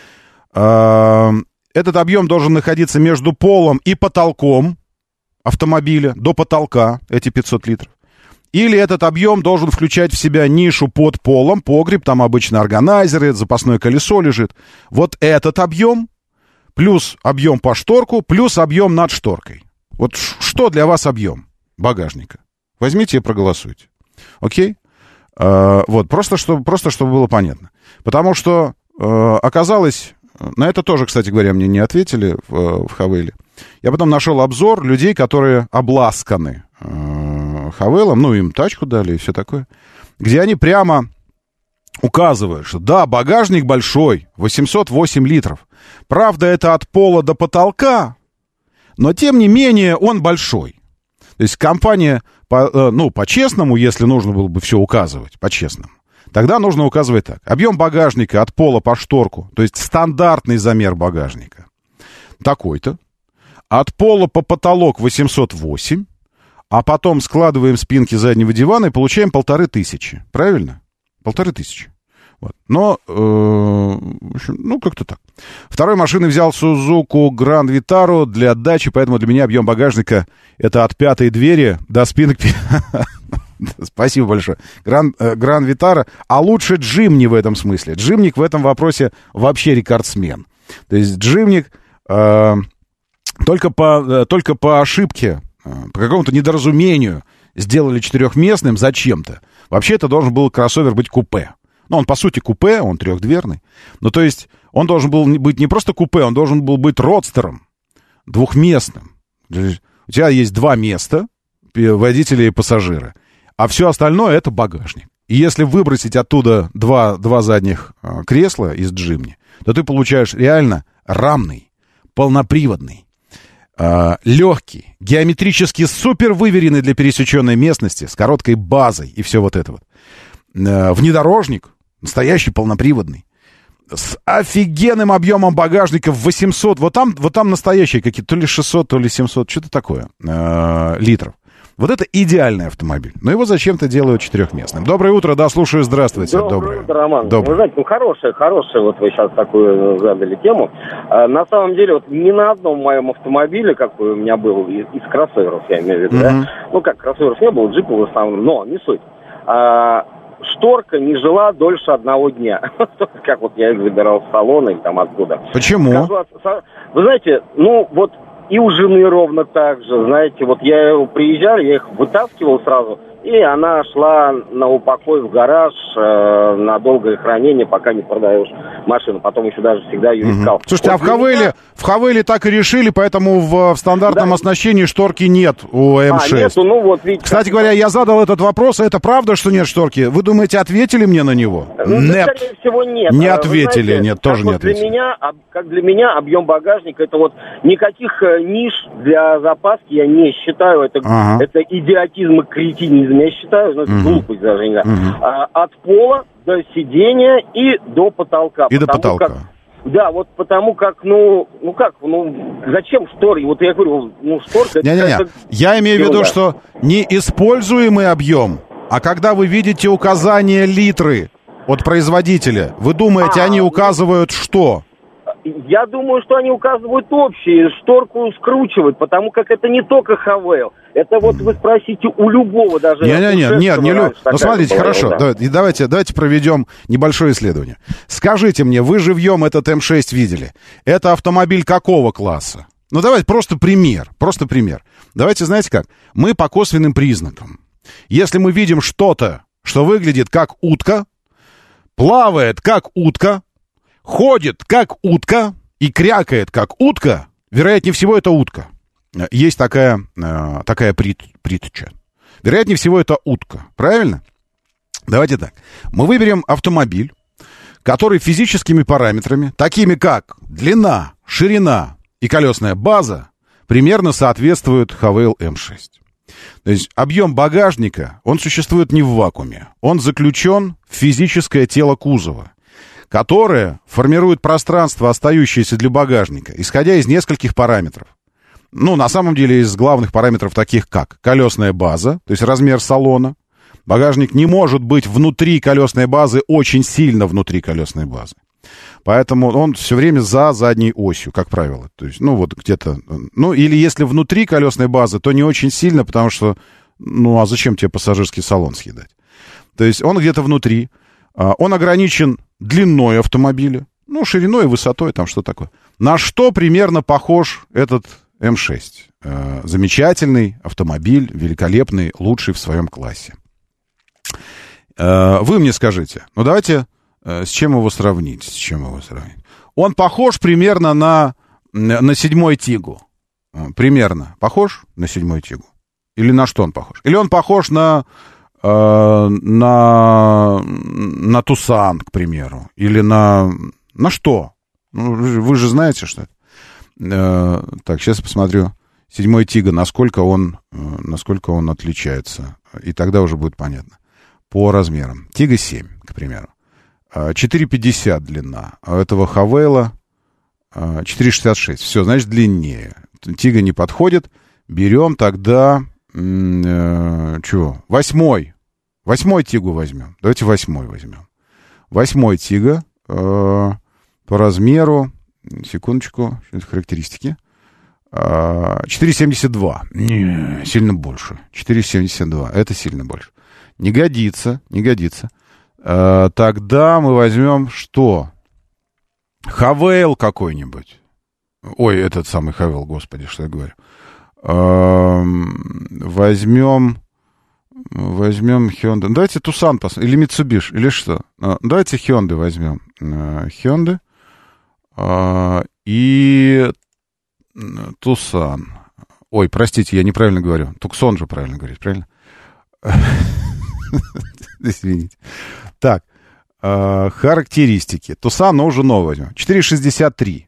Этот объем должен находиться между полом и потолком автомобиля, до потолка, эти 500 литров. Или этот объем должен включать в себя нишу под полом, погреб, там обычно органайзеры, запасное колесо лежит. Вот этот объем, плюс объем по шторку, плюс объем над шторкой. Вот что для вас объем багажника? Возьмите и проголосуйте. Окей? Вот, просто чтобы было понятно. Потому что оказалось... На это тоже, кстати говоря, мне не ответили в Хавейле. Я потом нашел обзор людей, которые обласканы Хавейлом, ну, им тачку дали и все такое, где они прямо указывают, что да, багажник большой, 808 литров. Правда, это от пола до потолка, но, тем не менее, он большой. То есть компания, по-честному, если нужно было бы все указывать, по-честному, тогда нужно указывать так. Объем багажника от пола по шторку, то есть стандартный замер багажника, такой-то. От пола по потолок 808, а потом складываем спинки заднего дивана и получаем 1500. Правильно? 1500. Вот. Но, в общем, как-то так. Второй машины взял Suzuki Grand Vitara для отдачи, поэтому для меня объем багажника это от пятой двери до спинок... Спасибо большое. Grand Vitara, а лучше Джимни в этом смысле. Джимник в этом вопросе вообще рекордсмен. То есть Джимник только по ошибке, по какому-то недоразумению сделали четырехместным зачем-то. Вообще это должен был кроссовер быть купе. Ну, он, по сути, купе, он трехдверный. Ну, то есть, Он должен был быть не просто купе, он должен был быть родстером, двухместным. У тебя есть 2 места, водители и пассажиры, а все остальное — это багажник. И если выбросить оттуда два задних кресла из Джимни, то ты получаешь реально рамный, полноприводный, легкий, геометрически супер выверенный для пересеченной местности, с короткой базой и все вот это вот. Внедорожник, настоящий полноприводный, с офигенным объемом багажника в 800, вот там настоящие какие-то, то ли 600, то ли 700, что-то такое, литров. Вот это идеальный автомобиль. Но его зачем-то делают 4-местным. Доброе утро, да, слушаю, здравствуйте. Доброе утро, Роман. Доброе. Вы знаете, хорошая, вот вы сейчас такую задали тему. На самом деле, вот ни на одном моем автомобиле, какой у меня был, из кроссоверов, я имею в виду, да? Ну, как кроссоверов не было, джипов в основном, но не суть. Шторка не жила дольше 1 дня. Как вот я их забирал с салона или там откуда. Почему? Вы знаете, ну, вот и у жены ровно так же, знаете, вот я приезжал, я их вытаскивал сразу, и она шла на упокой в гараж на долгое хранение, пока не продаешь машину. Потом еще даже всегда ее искал. Слушайте, вот в Хавейле так и решили, поэтому в стандартном оснащении шторки нет у М6. Нету, ну вот, видите, кстати говоря, я задал этот вопрос, это правда, что нет шторки? Вы думаете, ответили мне на него? Нет. Скорее всего, нет. Не ответили, знаете, нет, тоже не ответили. Как для меня объем багажника, это вот никаких ниш для запаски я не считаю, это идиотизм и кретинизм, я считаю, но это глупость даже, не знаю. От пола до сидения и до потолка. И до потолка. Да, вот потому как, зачем шторы? Вот я говорю, шторка... Я имею в виду, что неиспользуемый объем, а когда вы видите указание литры от производителя, вы думаете, они указывают что? Я думаю, что они указывают общие, шторку скручивают, потому как это не только Хавейл. Это вот вы спросите у любого даже... Нет. Ну, смотрите, хорошо, давайте проведем небольшое исследование. Скажите мне, вы живьем этот М6 видели? Это автомобиль какого класса? Ну, давайте просто пример. Давайте, знаете как? Мы по косвенным признакам. Если мы видим что-то, что выглядит как утка, плавает как утка, ходит как утка и крякает как утка, вероятнее всего, это утка. Есть такая притча. Вероятнее всего, это утка. Правильно? Давайте так. Мы выберем автомобиль, который физическими параметрами, такими как длина, ширина и колесная база, примерно соответствуют Хавейл М6. То есть объем багажника, он существует не в вакууме. Он заключен в физическое тело кузова, которое формирует пространство, остающееся для багажника, исходя из нескольких параметров. Ну, на самом деле, из главных параметров таких как колесная база, то есть размер салона. Багажник не может быть внутри колесной базы, очень сильно внутри колесной базы. Поэтому он все время за задней осью, как правило. То есть, вот где-то... или если внутри колесной базы, то не очень сильно, потому что... а зачем тебе пассажирский салон съедать? То есть он где-то внутри. Он ограничен длиной автомобиля, шириной и высотой, там что такое. На что примерно похож этот М6? Замечательный автомобиль, великолепный, лучший в своем классе. Вы мне скажите, давайте, с чем его сравнить? Он похож примерно на 7-й Тигу. Примерно похож на 7-й Тигу? Или на что он похож? Или он похож на Тусан, к примеру, или на что? Вы же знаете, что это. Так, сейчас посмотрю. 7-й Тига, насколько он отличается. И тогда уже будет понятно. По размерам. Тига 7, к примеру. 4,50 длина. А у этого Хавейла 4,66. Все, значит, длиннее. Тига не подходит. Берем тогда... 8-й Тигу возьмем. Давайте 8-й возьмем. 8-й Тига по размеру, секундочку, характеристики. 4,72. Сильно больше. 4,72. Это сильно больше. Не годится. Тогда мы возьмем что? Хавейл какой-нибудь. Ой, этот самый Хавейл, господи, что я говорю. Возьмем Hyundai. Давайте Тусан посмотрим. Или Mitsubishi, или что? Давайте Hyundai возьмем. Hyundai. и Тусан. Ой, простите, я неправильно говорю. Туксон же правильно говорить, правильно? Извините. Так, характеристики. Тусан, но уже новый возьмем. 4,63.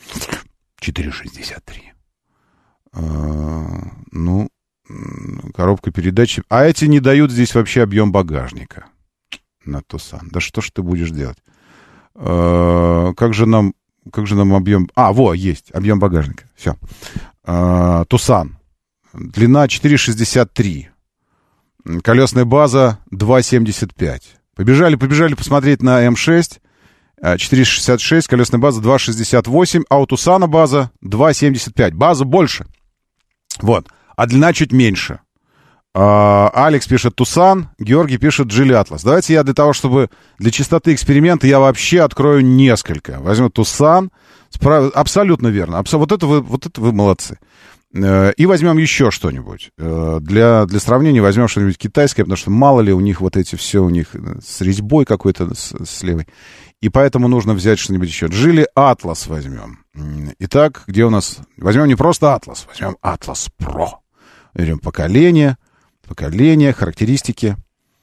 4,63. Ну, коробка передач. А эти не дают здесь вообще объем багажника на Тусан. Да что ж ты будешь делать? Как же нам объем... есть объем багажника. Все. Тусан. Длина 4,63. Колесная база 2,75. Побежали посмотреть на М6. 4,66, колесная база 2,68, а у Тусана база 2,75. База больше. Вот. А длина чуть меньше. Алекс пишет Тусан, Георгий пишет Geely Atlas. Давайте я для чистоты эксперимента я вообще открою несколько. Возьму Тусан. Абсолютно верно. Вот это вы молодцы. И возьмем еще что-нибудь. Для сравнения возьмем что-нибудь китайское, потому что мало ли у них вот эти все у них с резьбой какой-то с левой. И поэтому нужно взять что-нибудь еще. Geely Atlas возьмем. Итак, где у нас... Возьмем не просто Atlas, возьмем Atlas Pro. Берем поколение, характеристики.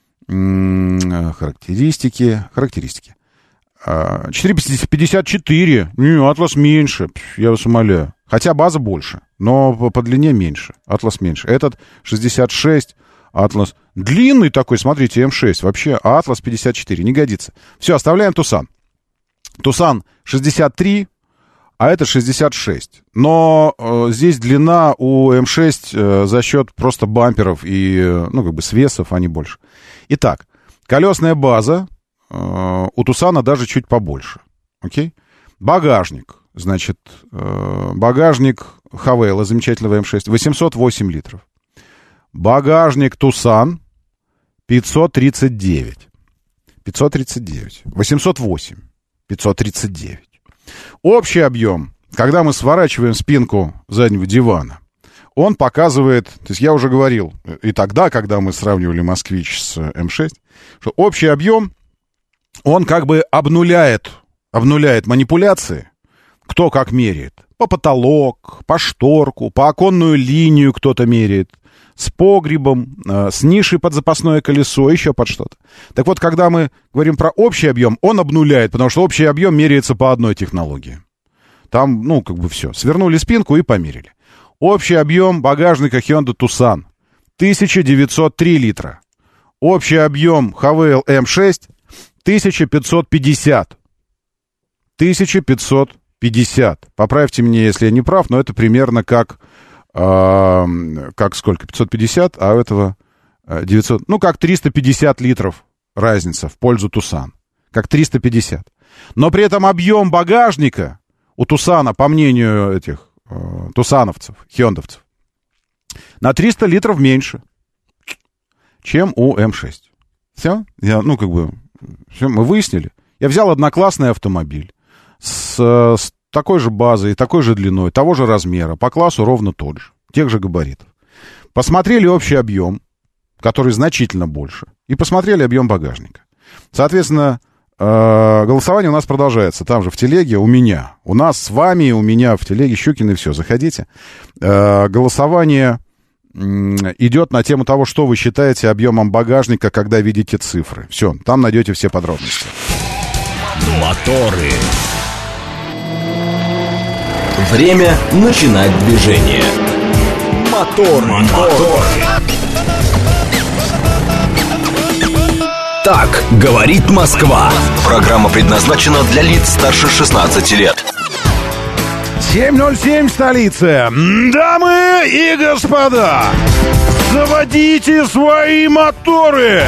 4,54. Atlas меньше, я вас умоляю. Хотя база больше, но по длине меньше. Atlas меньше. Этот 66, Atlas длинный такой, смотрите, М6. Вообще, а Atlas 54, не годится. Все, оставляем Тусан. Тусан 63, а это 66. Но здесь длина у М6 за счет просто бамперов и, свесов, они больше. Итак, колесная база у Тусана даже чуть побольше. Окей? Багажник. Значит, багажник Хавейла, замечательного М6, 808 литров. Багажник Тусан 539. 808. 539. Общий объем, когда мы сворачиваем спинку заднего дивана, он показывает, то есть я уже говорил, и тогда, когда мы сравнивали «Москвич» с М6, что общий объем, он как бы обнуляет манипуляции, кто как меряет. По потолок, по шторку, по оконную линию кто-то меряет, с погребом, с нишей под запасное колесо, еще под что-то. Так вот, когда мы говорим про общий объем, он обнуляет, потому что общий объем меряется по одной технологии. Там, все. Свернули спинку и померили. Общий объем багажника Hyundai Tucson 1903 литра. Общий объем Havail M6 1550. 1550. Поправьте меня, если я не прав, но это примерно как сколько? 550, а у этого 900. Как 350 литров разница в пользу Tucson. Как 350. Но при этом объем багажника у Тусана, по мнению этих тусановцев, хёндовцев, на 300 литров меньше, чем у М6. Все? Все, мы выяснили. Я взял одноклассный автомобиль с такой же базой, такой же длиной, того же размера, по классу ровно тот же, тех же габаритов. Посмотрели общий объем, который значительно больше, и посмотрели объем багажника. Соответственно, голосование у нас продолжается. Там же в телеге у меня. У нас с вами, у меня в телеге Щукин, и все. Заходите. Голосование идет на тему того, что вы считаете объемом багажника, когда видите цифры. Все, там найдете все подробности. Моторы. Время начинать движение. Мотор. Так говорит Москва. Программа предназначена для лиц старше 16 лет. 7:07 в столице. Дамы и господа, заводите свои моторы.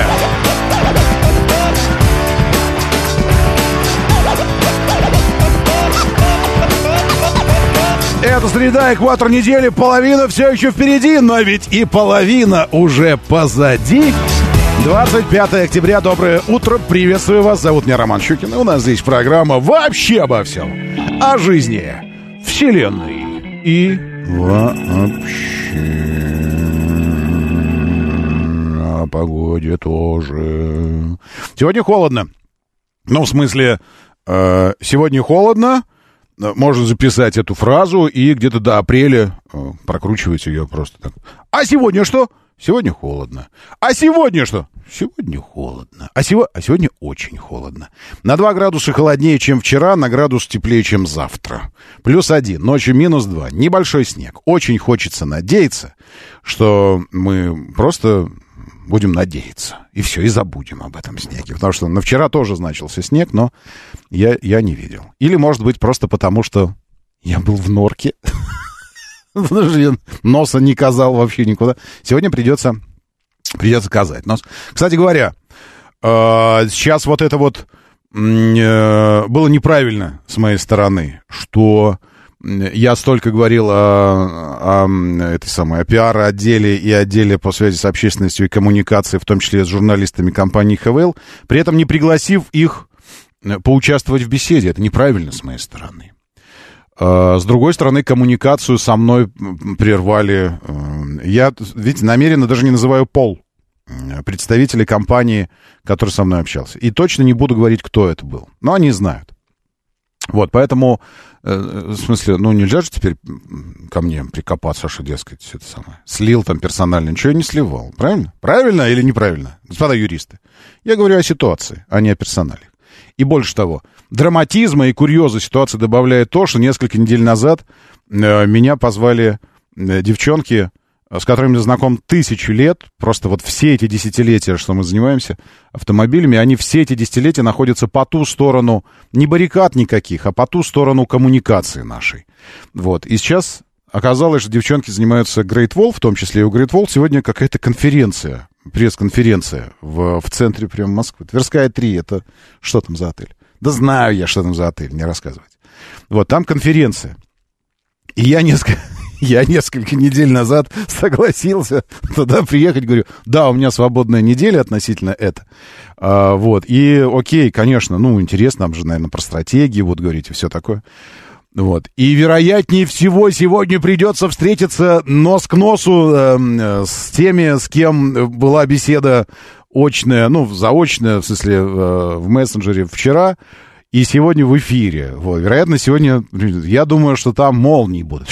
Это среда, экватор недели, половина все еще впереди, но ведь и половина уже позади. 25 октября, доброе утро, приветствую вас, зовут меня Роман Щукин, и у нас здесь программа вообще обо всем. О жизни, вселенной и вообще о погоде тоже. Сегодня холодно. В смысле, сегодня холодно, можно записать эту фразу и где-то до апреля прокручивать ее просто так. А сегодня что? Сегодня холодно. А сегодня что? Сегодня холодно. А сегодня очень холодно. На 2 градуса холоднее, чем вчера, на градус теплее, чем завтра. +1, ночью -2. Небольшой снег. Очень хочется надеяться, что мы просто будем надеяться. И все, и забудем об этом снеге. Потому что вчера тоже значился снег, но я не видел. Или, может быть, просто потому, что я был в норке. Носа не казал вообще никуда. Сегодня придется казать нос. Кстати говоря, сейчас вот это вот было неправильно с моей стороны, что я столько говорил о пиар-отделе и отделе по связи с общественностью и коммуникации, в том числе с журналистами компании ХВЛ, при этом не пригласив их поучаствовать в беседе. Это неправильно с моей стороны. С другой стороны, коммуникацию со мной прервали. Я, видите, намеренно даже не называю пол представителей компании, который со мной общался. И точно не буду говорить, кто это был. Но они знают. Вот, поэтому, в смысле, нельзя же теперь ко мне прикопаться, что, дескать, это самое. Слил там персонально, ничего я не сливал. Правильно? Правильно или неправильно? Господа юристы. Я говорю о ситуации, а не о персонале. И больше того, драматизма и курьеза ситуации добавляет то, что несколько недель назад меня позвали девчонки, с которыми я знаком 1000 лет, просто вот все эти десятилетия, что мы занимаемся автомобилями, они все эти десятилетия находятся по ту сторону, не баррикад никаких, а по ту сторону коммуникации нашей. Вот, и сейчас оказалось, что девчонки занимаются Great Wall, в том числе и у Great Wall сегодня какая-то конференция, пресс-конференция в центре прямо Москвы. Тверская 3, это что там за отель? Да знаю я, что там за отель, не рассказывать. Вот, там конференция. И я несколько недель назад согласился туда приехать, говорю, да, у меня свободная неделя относительно это. Вот, и окей, конечно, интересно, нам же, наверное, про стратегии будут говорить и все такое. Вот. И, вероятнее всего, сегодня придется встретиться нос к носу с теми, с кем была беседа очная, заочная, в смысле, в мессенджере вчера, и сегодня в эфире. Вот. Вероятно, сегодня, я думаю, что там молнии будут.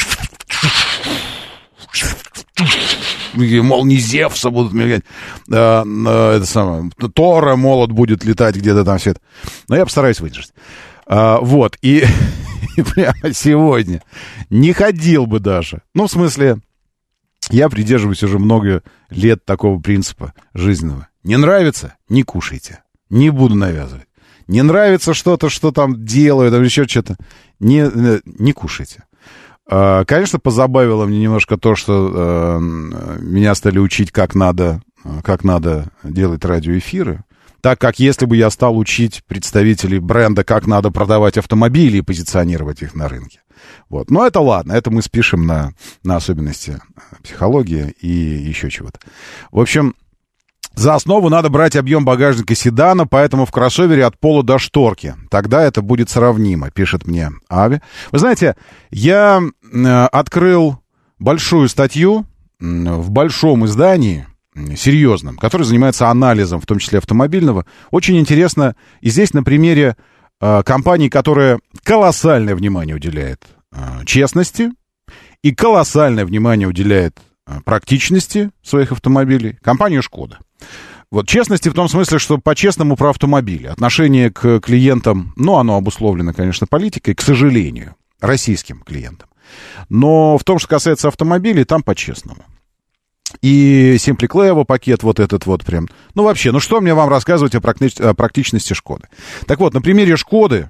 Молнии Зевса будут мигать. Это самое, Тора молот будет летать где-то там все это. Но я постараюсь выдержать. Вот, и прямо сегодня не ходил бы даже. В смысле, я придерживаюсь уже много лет такого принципа жизненного. Не нравится — не кушайте. Не буду навязывать. Не нравится что-то, что там делаю, там еще что-то, не кушайте. Конечно, позабавило мне немножко то, что меня стали учить, как надо делать радиоэфиры. Так как если бы я стал учить представителей бренда, как надо продавать автомобили и позиционировать их на рынке. Вот. Но это ладно, это мы спишем на особенности психологии и еще чего-то. В общем, за основу надо брать объем багажника седана, поэтому в кроссовере от пола до шторки. Тогда это будет сравнимо, пишет мне Ави. Вы знаете, я открыл большую статью в большом издании, серьезным, который занимается анализом, в том числе автомобильного. Очень интересно. И здесь на примере компании, которая колоссальное внимание уделяет честности и колоссальное внимание уделяет практичности своих автомобилей. Компания «Шкода». Вот честности в том смысле, что по-честному про автомобили. Отношение к клиентам, оно обусловлено, конечно, политикой, к сожалению, российским клиентам. Но в том, что касается автомобилей, там по-честному. И Simply Clevo пакет вот этот вот прям. Вообще, что мне вам рассказывать о практичности Шкоды? Так вот, на примере Шкоды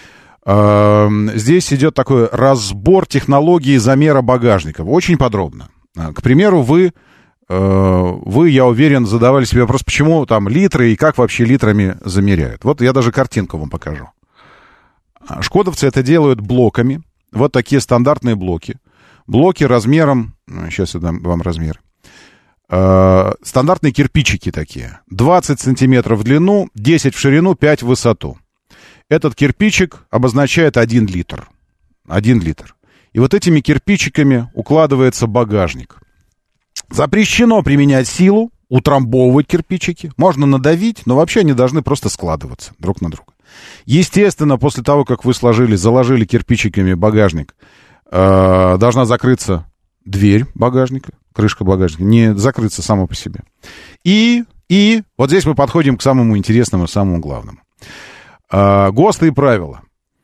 здесь идет такой разбор технологии замера багажников. Очень подробно. К примеру, вы, я уверен, задавали себе вопрос, почему там литры и как вообще литрами замеряют. Вот я даже картинку вам покажу. Шкодовцы это делают блоками. Вот такие стандартные блоки. Блоки размером... Сейчас я дам вам размер. Стандартные кирпичики такие. 20 сантиметров в длину, 10 в ширину, 5 в высоту. Этот кирпичик обозначает 1 литр. 1 литр. И вот этими кирпичиками укладывается багажник. Запрещено применять силу, утрамбовывать кирпичики. Можно надавить, но вообще они должны просто складываться друг на друга. Естественно, после того, как вы заложили кирпичиками багажник, должна закрыться дверь багажника, крышка багажника, не закрыться само по себе. И вот здесь мы подходим к самому интересному, самому главному. ГОСТы и правила.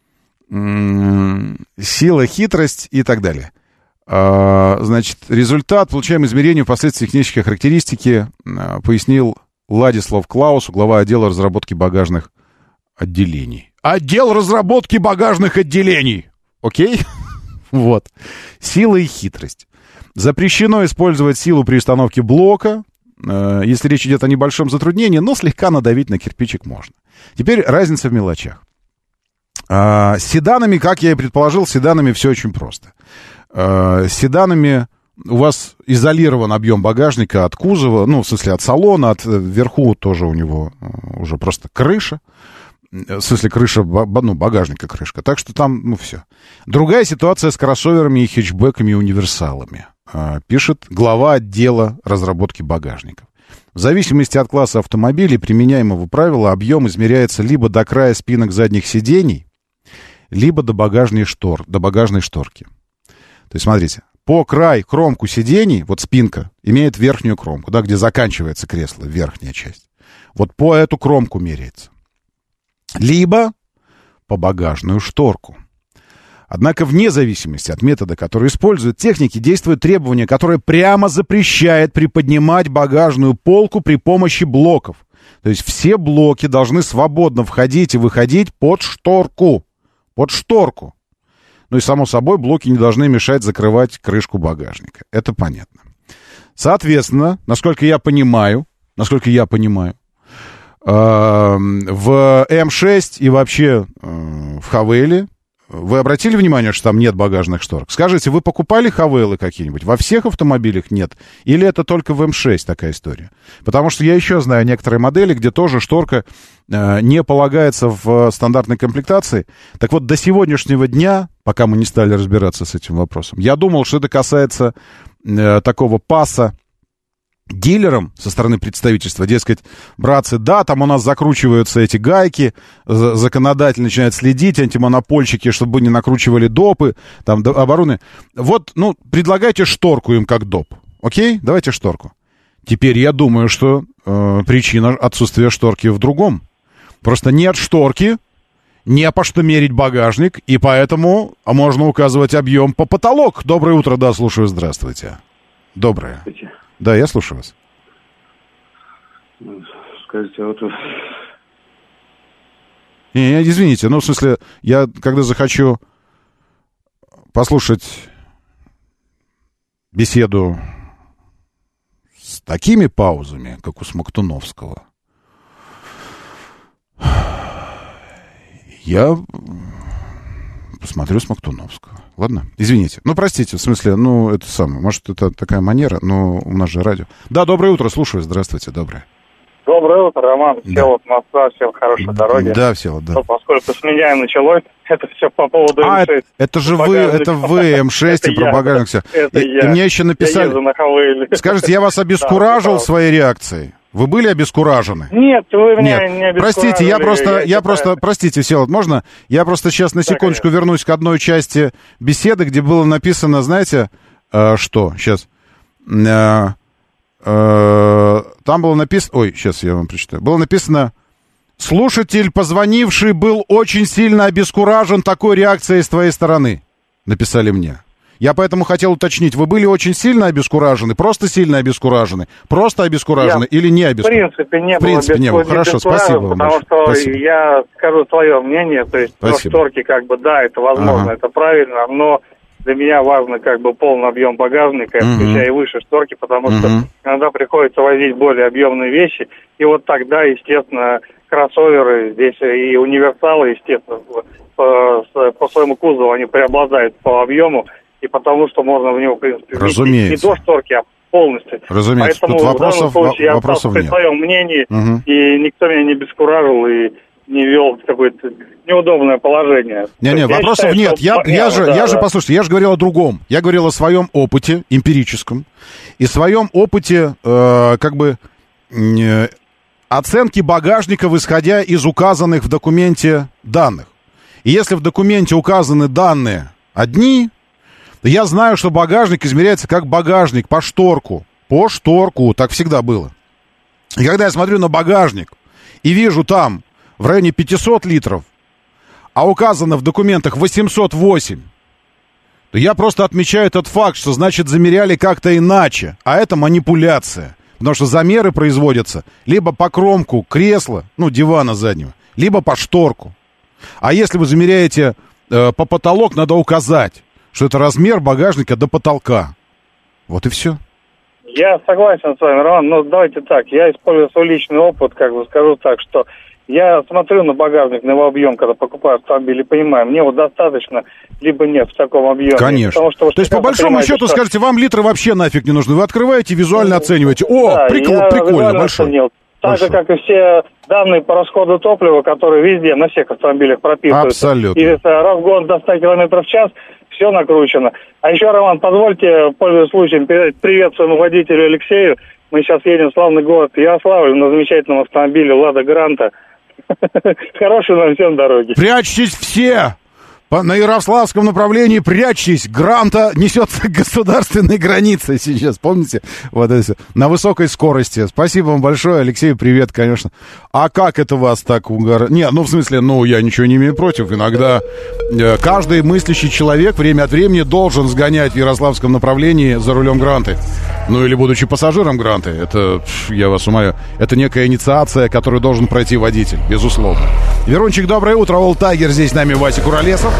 Сила, хитрость и так далее. Значит, результат получаем измерению впоследствии технической характеристики, пояснил Владислав Клаус, глава отдела разработки багажных отделений. Отдел разработки багажных отделений! Окей? Вот. Сила и хитрость. Запрещено использовать силу при установке блока, если речь идет о небольшом затруднении, но слегка надавить на кирпичик можно. Теперь разница в мелочах. С седанами, как я и предположил, с седанами все очень просто. С седанами у вас изолирован объем багажника от кузова, ну, в смысле, от салона, вверху тоже у него уже просто крыша. В смысле, крыша, ну, багажника крышка. Так что там, ну, все. Другая ситуация с кроссоверами и хэтчбеками и универсалами. Пишет глава отдела разработки багажников. В зависимости от класса автомобилей, применяемого правила, объем измеряется либо до края спинок задних сидений, либо до багажной шторки. То есть, смотрите, по кромку сидений, вот спинка, имеет верхнюю кромку, да, где заканчивается кресло, верхняя часть. Вот по эту кромку меряется. Либо по багажную шторку. Однако, вне зависимости от метода, который используют техники, действует требование, которое прямо запрещает приподнимать багажную полку при помощи блоков. То есть все блоки должны свободно входить и выходить под шторку. Под шторку. Ну и, само собой, блоки не должны мешать закрывать крышку багажника. Это понятно. Соответственно, насколько я понимаю, в М6 и вообще в Хавейле вы обратили внимание, что там нет багажных шторок? Скажите, вы покупали Хавейлы какие-нибудь? Во всех автомобилях нет? Или это только в М6 такая история? Потому что я еще знаю некоторые модели, где тоже шторка не полагается в стандартной комплектации. Так вот, до сегодняшнего дня, пока мы не стали разбираться с этим вопросом, я думал, что это касается такого паса дилерам со стороны представительства, дескать, братцы, да, там у нас закручиваются эти гайки, законодатель начинает следить, антимонопольщики, чтобы не накручивали допы, там, обороны. Вот, ну, предлагайте шторку им как доп. Окей? Давайте шторку. Теперь я думаю, что причина отсутствия шторки в другом. Просто нет шторки, не по что мерить багажник, и поэтому можно указывать объем по потолок. Доброе утро, да, слушаю, здравствуйте. Доброе. Да, я слушаю вас. Скажите, а вот... Не, извините, ну, в смысле, я, когда захочу послушать беседу с такими паузами, как у Смоктуновского, я посмотрю Смоктуновского. Ладно? Извините. Ну, простите, в смысле, ну, это самое. Может, это такая манера, но у нас же радио. Да, доброе утро, слушаю. Здравствуйте, доброе. Доброе утро, Роман. Всеволод, Москва, всем хорошей дороги. Да, Всеволод, да. Ну, поскольку с меня и началось, это все по поводу М6. Это же вы, М6 и про багажник все. Это я. И мне еще написали... Я езжу на Хавейле. Скажите, я вас обескуражил своей реакцией? Вы были обескуражены? Нет, вы меня не обескуражили. Простите, я просто, простите, Всеволод, можно? Я просто сейчас на секундочку вернусь к одной части беседы, где было написано, знаете, что? Сейчас. Там было написано... Ой, сейчас я вам прочитаю. Было написано: слушатель, позвонивший, был очень сильно обескуражен такой реакцией с твоей стороны. Написали мне. Я поэтому хотел уточнить, вы были очень сильно обескуражены, просто сильно обескуражены, просто обескуражены или не обескуражены? В принципе, не было. Хорошо, спасибо вам. Потому что спасибо. Я скажу свое мнение, то есть шторки, как бы, да, это возможно, это правильно, но для меня важно, как бы, полный объем багажника, включая и выше шторки, потому что иногда приходится возить более объемные вещи, и вот тогда, естественно, кроссоверы здесь и универсалы, естественно, по своему кузову они преобладают по объему, и потому что можно в него, в принципе, вместить не до шторки, а полностью. Разумеется. Поэтому тут в данном случае я остался при своем мнении, и никто меня не обескуражил, и не ввел в какое-то неудобное положение. Не, вопросов нет. Я же, послушайте, я же говорил о другом. Я говорил о своем опыте эмпирическом и своем опыте, как бы, оценки багажников, исходя из указанных в документе данных. И если в документе указаны данные одни, то я знаю, что багажник измеряется как багажник по шторку. По шторку, так всегда было. И когда я смотрю на багажник и вижу там в районе 500 литров, а указано в документах 808, то я просто отмечаю этот факт, что, значит, замеряли как-то иначе. А это манипуляция. Потому что замеры производятся либо по кромку кресла, ну, дивана заднего, либо по шторку. А если вы замеряете по потолок, надо указать, что это размер багажника до потолка. Вот и все. Я согласен с вами, Роман, но давайте так, я использую свой личный опыт, как бы скажу так, что я смотрю на багажник, на его объем, когда покупаю автомобиль, и понимаю, мне вот достаточно, либо нет в таком объеме. Конечно. Потому что, то есть, по большому счету, что... скажете, вам литры вообще нафиг не нужны. Вы открываете, визуально оцениваете. О, да, прикольно, большой. Так же, как и все данные по расходу топлива, которые везде, на всех автомобилях прописываются. Абсолютно. И разгон до 100 км в час, все накручено. А еще, Роман, позвольте, пользуясь случаем, передать привет своему водителю Алексею. Мы сейчас едем в славный город Ярославль на замечательном автомобиле «Лада Гранта». Хорошей нам всем дороги. Прячьтесь все! На Ярославском направлении прячьтесь! Гранта несется к государственной границе сейчас, помните? Вот это на высокой скорости. Спасибо вам большое, Алексей, привет, конечно. А как это вас так угорает? Не, ну в смысле, я ничего не имею против. Иногда каждый мыслящий человек время от времени должен сгонять в Ярославском направлении за рулем Гранты. Ну или будучи пассажиром Гранты. Это, я вас умоляю, это некая инициация, которую должен пройти водитель, безусловно. Верунчик, доброе утро. Олд Тайгер, здесь с нами Вася Куролесов.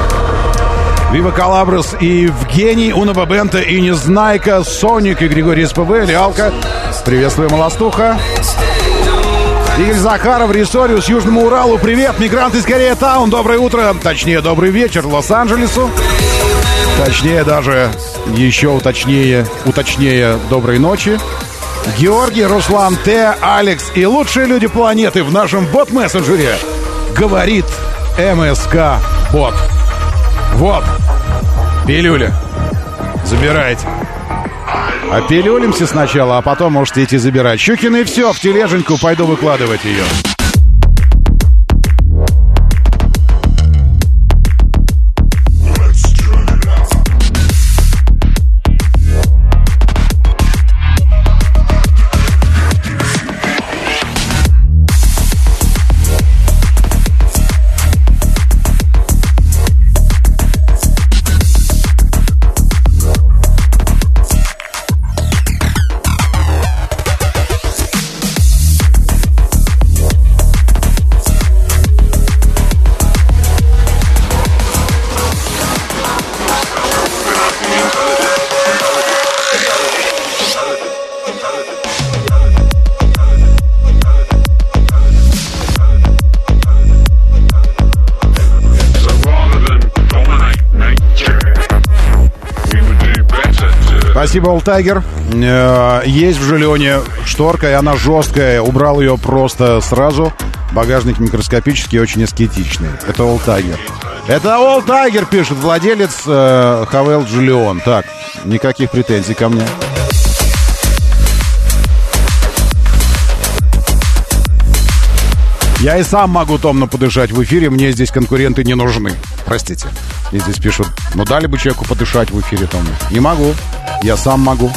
Вива Калаброс и Евгений, Уна Бабента и Незнайка, Соник и Григорий СПБ, Лялка. Приветствую, Молостуха. Игорь Захаров, Ресориус, Южному Уралу. Привет, мигранты из Корея-таун. Доброе утро, точнее, добрый вечер Лос-Анджелесу. Точнее, даже еще уточнее, доброй ночи. Георгий, Руслан Т, Алекс и лучшие люди планеты в нашем бот-мессенджере. Говорит МСК-бот. Вот, пилюля. Забирайте. А пилюлимся сначала, а потом можете идти забирать. Щукины, все, в тележеньку пойду выкладывать ее. Спасибо, Олд Тайгер. Есть в Жилене шторка, и она жесткая. Убрал ее просто сразу. Багажник микроскопический, очень аскетичный. Это Олд Тайгер. Это Олд Тайгер, пишет владелец Хавел Жилеон. Так, никаких претензий ко мне. Я и сам могу томно подышать в эфире, мне здесь конкуренты не нужны. Простите. Мне здесь пишут, дали бы человеку подышать в эфире томно. Не могу. Я сам могу.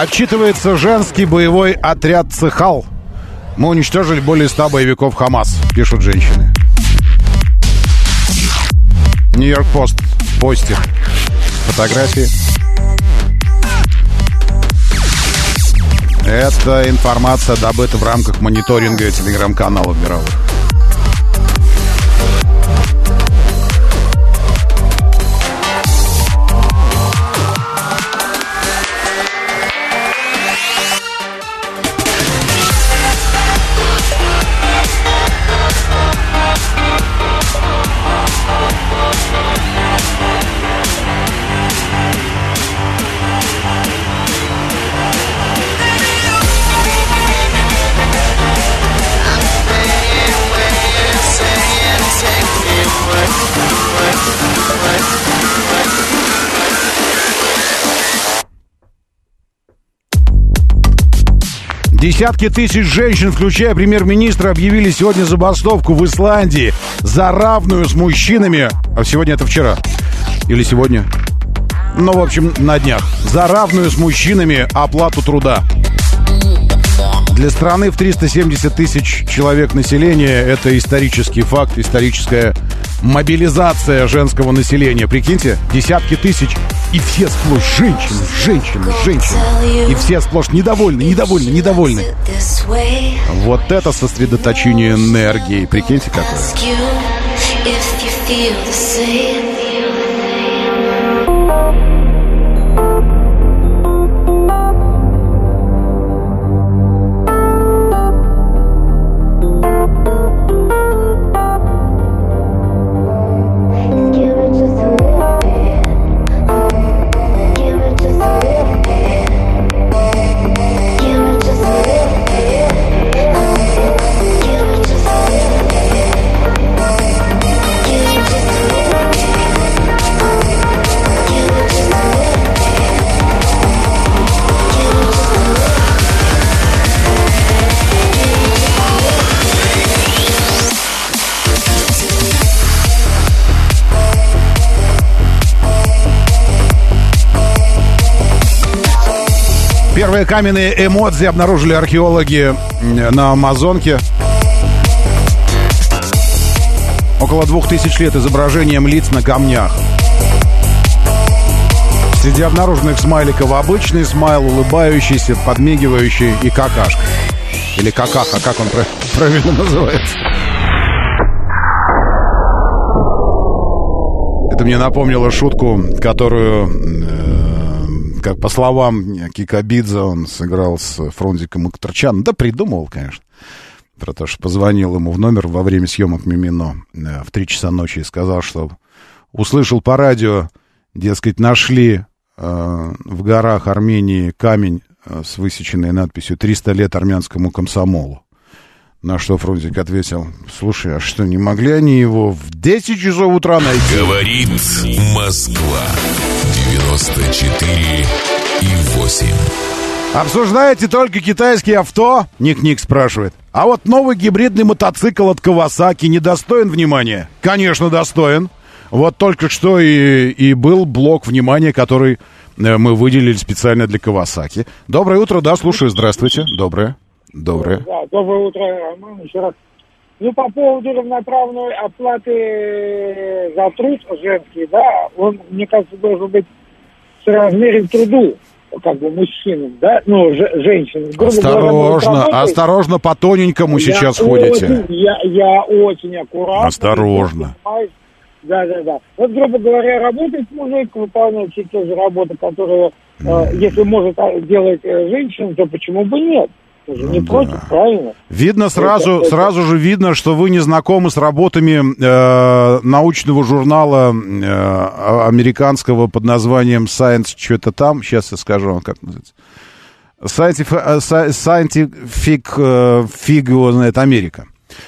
Отчитывается женский боевой отряд «Цехал». Мы уничтожили более 100 боевиков Хамас, пишут женщины. Нью-Йорк Пост постит фотографии. Это информация добыта в рамках мониторинга телеграм-каналов мировых. Десятки тысяч женщин, включая премьер-министра, объявили сегодня забастовку в Исландии за равную с мужчинами. А сегодня это вчера. Или сегодня. Ну, в общем, на днях. За равную с мужчинами оплату труда. Для страны в 370 тысяч человек населения это исторический факт, историческая мобилизация женского населения. Прикиньте, десятки тысяч, и все сплошь женщины. И все сплошь недовольны. Вот это сосредоточение энергии. Прикиньте, какое. Первые каменные эмодзи обнаружили археологи на Амазонке. Около 2000 лет изображением лиц на камнях. Среди обнаруженных смайликов обычный смайл, улыбающийся, подмигивающий и какашка. Или какаха, как он правильно называется. Это мне напомнило шутку, которую... Как по словам Кикабидзе, он сыграл с Фрунзиком Мухтарчаном. Да, придумывал, конечно. Про то, что позвонил ему в номер во время съемок «Мимино» в 3 часа ночи и сказал, что услышал по радио, дескать, нашли в горах Армении камень с высеченной надписью «300 лет армянскому комсомолу». На что Фрунзик ответил: слушай, а что, не могли они его в 10 часов утра найти? Говорит Москва. 94,8. Обсуждаете только китайские авто? Ник-Ник спрашивает. А вот новый гибридный мотоцикл от Kawasaki недостоин внимания? Конечно, достоин. Вот только что и был блок внимания, который мы выделили специально для Kawasaki. Доброе утро, да, слушаю, здравствуйте. Доброе. Да, доброе утро, Роман, еще раз. Ну, по поводу равноправной оплаты за труд женский, да, он, мне кажется, должен быть соразмерен труду, как бы, мужчинам, да, ну, женщинам. Осторожно, по тоненькому сейчас ходите. Я очень аккуратно. Осторожно. Да. Вот, грубо говоря, работает мужик, выполняет все те же работы, которые, если может делать женщина, то почему бы нет? Не против, правильно? Видно сразу же видно, что вы не знакомы с работами научного журнала американского под названием Science, что-то там, сейчас я скажу вам, как называется. Scientific Fig, знает Америка.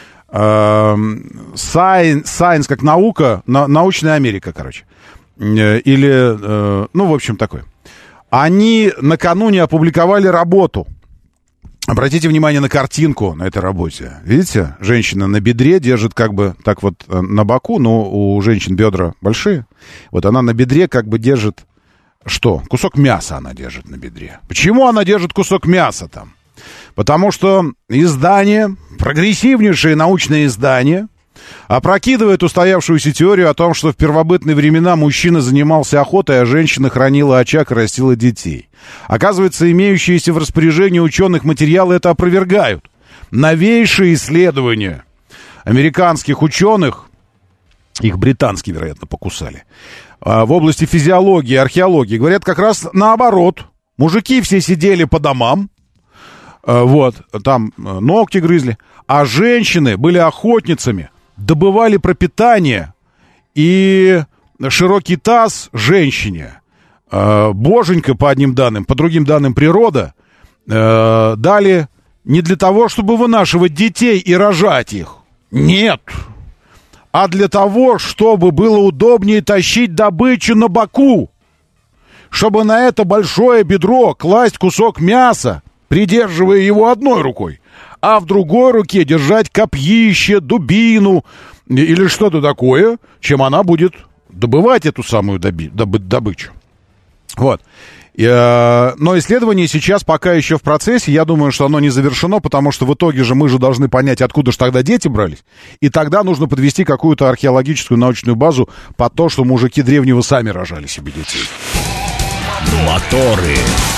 Science как наука, научная Америка, короче. Или, ну, в общем, такой. Они накануне опубликовали работу. Обратите внимание на картинку на этой работе. Видите, женщина на бедре держит как бы так вот на боку, но у женщин бедра большие. Вот она на бедре как бы держит что? Кусок мяса она держит на бедре. Почему она держит кусок мяса там? Потому что издание, прогрессивнейшее научное издание, опрокидывает устоявшуюся теорию о том, что в первобытные времена мужчина занимался охотой, а женщина хранила очаг и растила детей. Оказывается, имеющиеся в распоряжении ученых материалы это опровергают. Новейшие исследования американских ученых, их британские, вероятно, покусали, в области физиологии, археологии, говорят как раз наоборот. Мужики все сидели по домам, вот, там ногти грызли, а женщины были охотницами, добывали пропитание, и широкий таз женщине, боженька по одним данным, по другим данным природа, дали не для того, чтобы вынашивать детей и рожать их, нет, а для того, чтобы было удобнее тащить добычу на боку, чтобы на это большое бедро класть кусок мяса, придерживая его одной рукой, а в другой руке держать копьище, дубину или что-то такое, чем она будет добывать эту самую добычу. Вот. Но исследование сейчас пока еще в процессе. Я думаю, что оно не завершено, потому что в итоге же мы же должны понять, откуда же тогда дети брались. И тогда нужно подвести какую-то археологическую научную базу под то, что мужики древнего сами рожали себе детей. Моторы.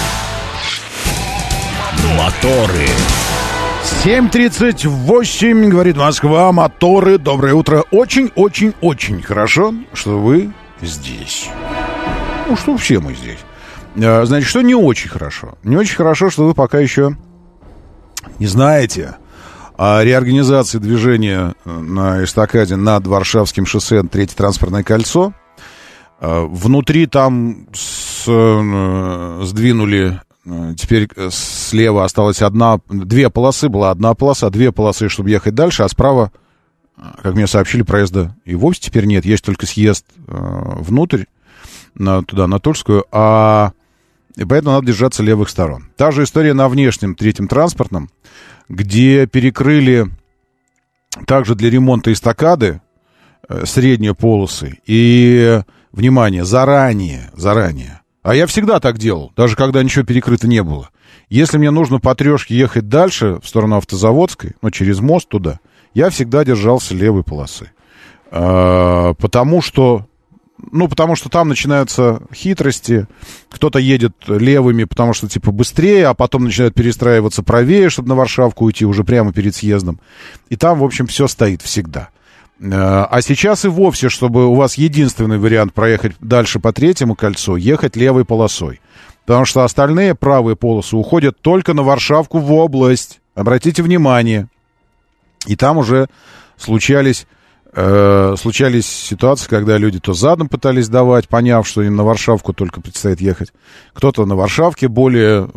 7:38, говорит Москва, моторы. Доброе утро. Очень-очень-очень хорошо, что вы здесь. Ну, что вообще мы здесь? Значит, что не очень хорошо? Не очень хорошо, что вы пока еще не знаете о реорганизации движения на эстакаде над Варшавским шоссе, Третье транспортное кольцо. Внутри там сдвинули, теперь слева осталась две полосы, была одна полоса, две полосы, чтобы ехать дальше, а справа, как мне сообщили, проезда и вовсе теперь нет, есть только съезд внутрь, туда, на Тульскую, и поэтому надо держаться левых сторон. Та же история на внешнем Третьем транспортном, где перекрыли также для ремонта эстакады средние полосы. И, внимание, заранее. А я всегда так делал, даже когда ничего перекрыто не было. Если мне нужно по трешке ехать дальше, в сторону Автозаводской, через мост туда, я всегда держался левой полосы. Потому что там начинаются хитрости. Кто-то едет левыми, потому что, быстрее, а потом начинает перестраиваться правее, чтобы на Варшавку уйти уже прямо перед съездом. И там, в общем, все стоит всегда. А сейчас и вовсе, чтобы у вас единственный вариант проехать дальше по Третьему кольцу, ехать левой полосой. Потому что остальные правые полосы уходят только на Варшавку в область. Обратите внимание. И там уже случались ситуации, когда люди то задом пытались давать, поняв, что им на Варшавку только предстоит ехать. Кто-то на Варшавке более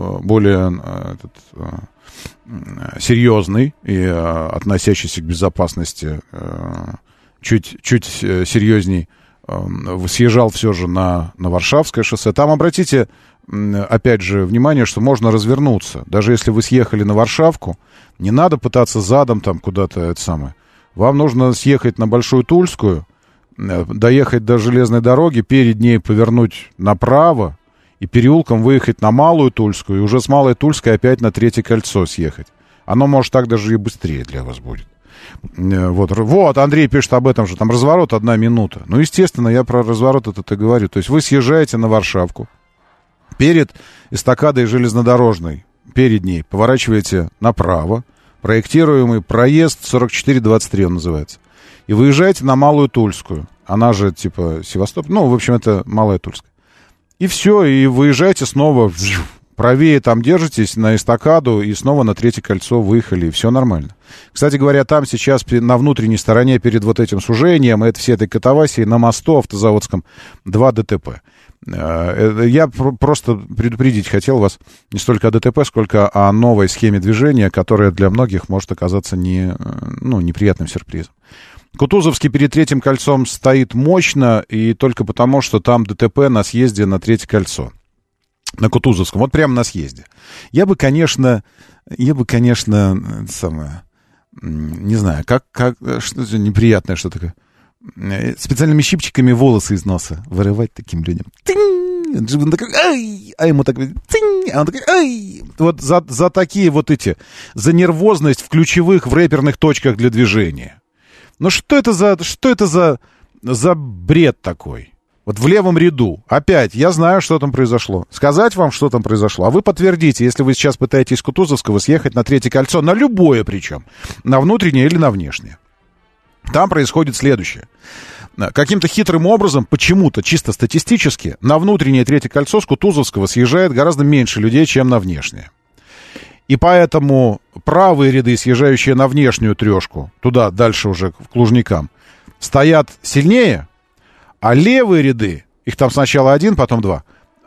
серьезный и относящийся к безопасности чуть серьезней, съезжал все же на Варшавское шоссе. Там, обратите, опять же, внимание, что можно развернуться. Даже если вы съехали на Варшавку, не надо пытаться задом там куда-то это самое. Вам нужно съехать на Большую Тульскую, доехать до железной дороги, перед ней повернуть направо и переулком выехать на Малую Тульскую, и уже с Малой Тульской опять на Третье кольцо съехать. Оно, может, так даже и быстрее для вас будет. Вот, Андрей пишет об этом же, там разворот 1 минута. Ну, естественно, я про разворот это говорю. То есть вы съезжаете на Варшавку, перед эстакадой железнодорожной, перед ней поворачиваете направо, проектируемый проезд 4423 он называется. И выезжаете на Малую Тульскую. Она же Севастополь. В общем, это Малая Тульская. И все, и выезжаете снова правее, там держитесь на эстакаду, и снова на Третье кольцо выехали, и все нормально. Кстати говоря, там сейчас на внутренней стороне перед вот этим сужением, всей этой катавасией, на мосту Автозаводском 2 ДТП. Я просто предупредить хотел вас не столько о ДТП, сколько о новой схеме движения, которая для многих может оказаться неприятным сюрпризом. Кутузовский перед Третьим кольцом стоит мощно, и только потому, что там ДТП на съезде на Третье кольцо. На Кутузовском, вот прямо на съезде. Я бы, конечно, не знаю, что-то неприятное, что такое. Специальными щипчиками волосы из носа вырывать таким людям. он такой, ай, а ему так, цинь, а он такой, ай. Вот за такие вот эти, за нервозность в ключевых, в рэперных точках для движения. Ну что это за бред такой? Вот в левом ряду. Опять, я знаю, что там произошло. Сказать вам, что там произошло. А вы подтвердите, если вы сейчас пытаетесь с Кутузовского съехать на Третье кольцо, на любое причем, на внутреннее или на внешнее. Там происходит следующее. Каким-то хитрым образом, почему-то, чисто статистически, на внутреннее Третье кольцо с Кутузовского съезжает гораздо меньше людей, чем на внешнее. И поэтому правые ряды, съезжающие на внешнюю трешку, туда, дальше уже к Лужникам, стоят сильнее, а левые ряды, их там сначала один, потом два.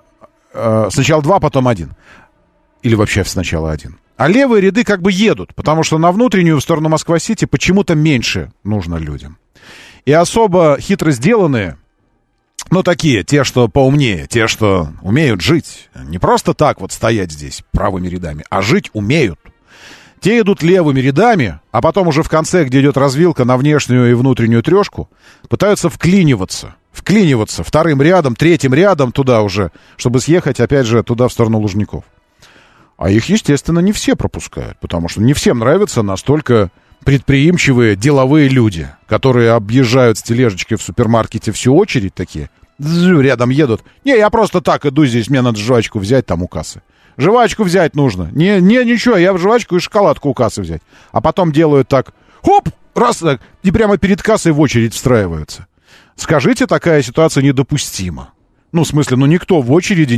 Сначала два, потом один. Или вообще сначала один. А левые ряды как бы едут, потому что на внутреннюю, в сторону Москва-Сити, почему-то меньше нужно людям. И особо хитро сделанные, ну, такие, те, что поумнее, те, что умеют жить. Не просто так вот стоять здесь правыми рядами, а жить умеют. Те идут левыми рядами, а потом уже в конце, где идет развилка на внешнюю и внутреннюю трешку, пытаются вклиниваться вторым рядом, третьим рядом туда уже, чтобы съехать, опять же, туда, в сторону Лужников. А их, естественно, не все пропускают, потому что не всем нравятся настолько предприимчивые деловые люди, которые объезжают с тележечкой в супермаркете всю очередь такие, рядом едут. Не, я просто так иду здесь, мне надо жвачку взять там у кассы. Жвачку взять нужно. Не, ничего, я жвачку и шоколадку у кассы взять. А потом делают так, хоп, раз так, и прямо перед кассой в очередь встраиваются. Скажите, такая ситуация недопустима. Ну, в смысле, никто в очереди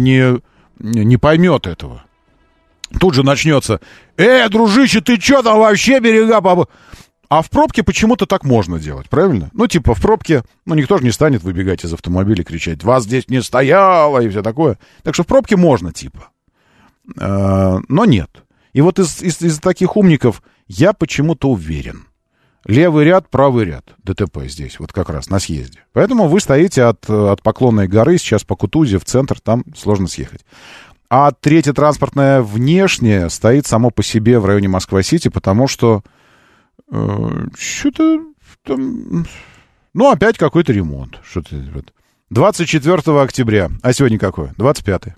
не поймет этого. Тут же начнется, дружище, ты чё там вообще берега, баба? А в пробке почему-то так можно делать, правильно? Ну, типа в пробке, никто же не станет выбегать из автомобиля, кричать, вас здесь не стояло и все такое. Так что в пробке можно, типа. Но нет. И вот из таких умников я почему-то уверен. Левый ряд, правый ряд. ДТП здесь, вот как раз на съезде. Поэтому вы стоите от Поклонной горы, сейчас по Кутузе в центр, там сложно съехать. А Третье транспортное внешнее стоит само по себе в районе Москва-Сити, потому что что-то там... опять какой-то ремонт. Что-то 24 октября. А сегодня какое? 25.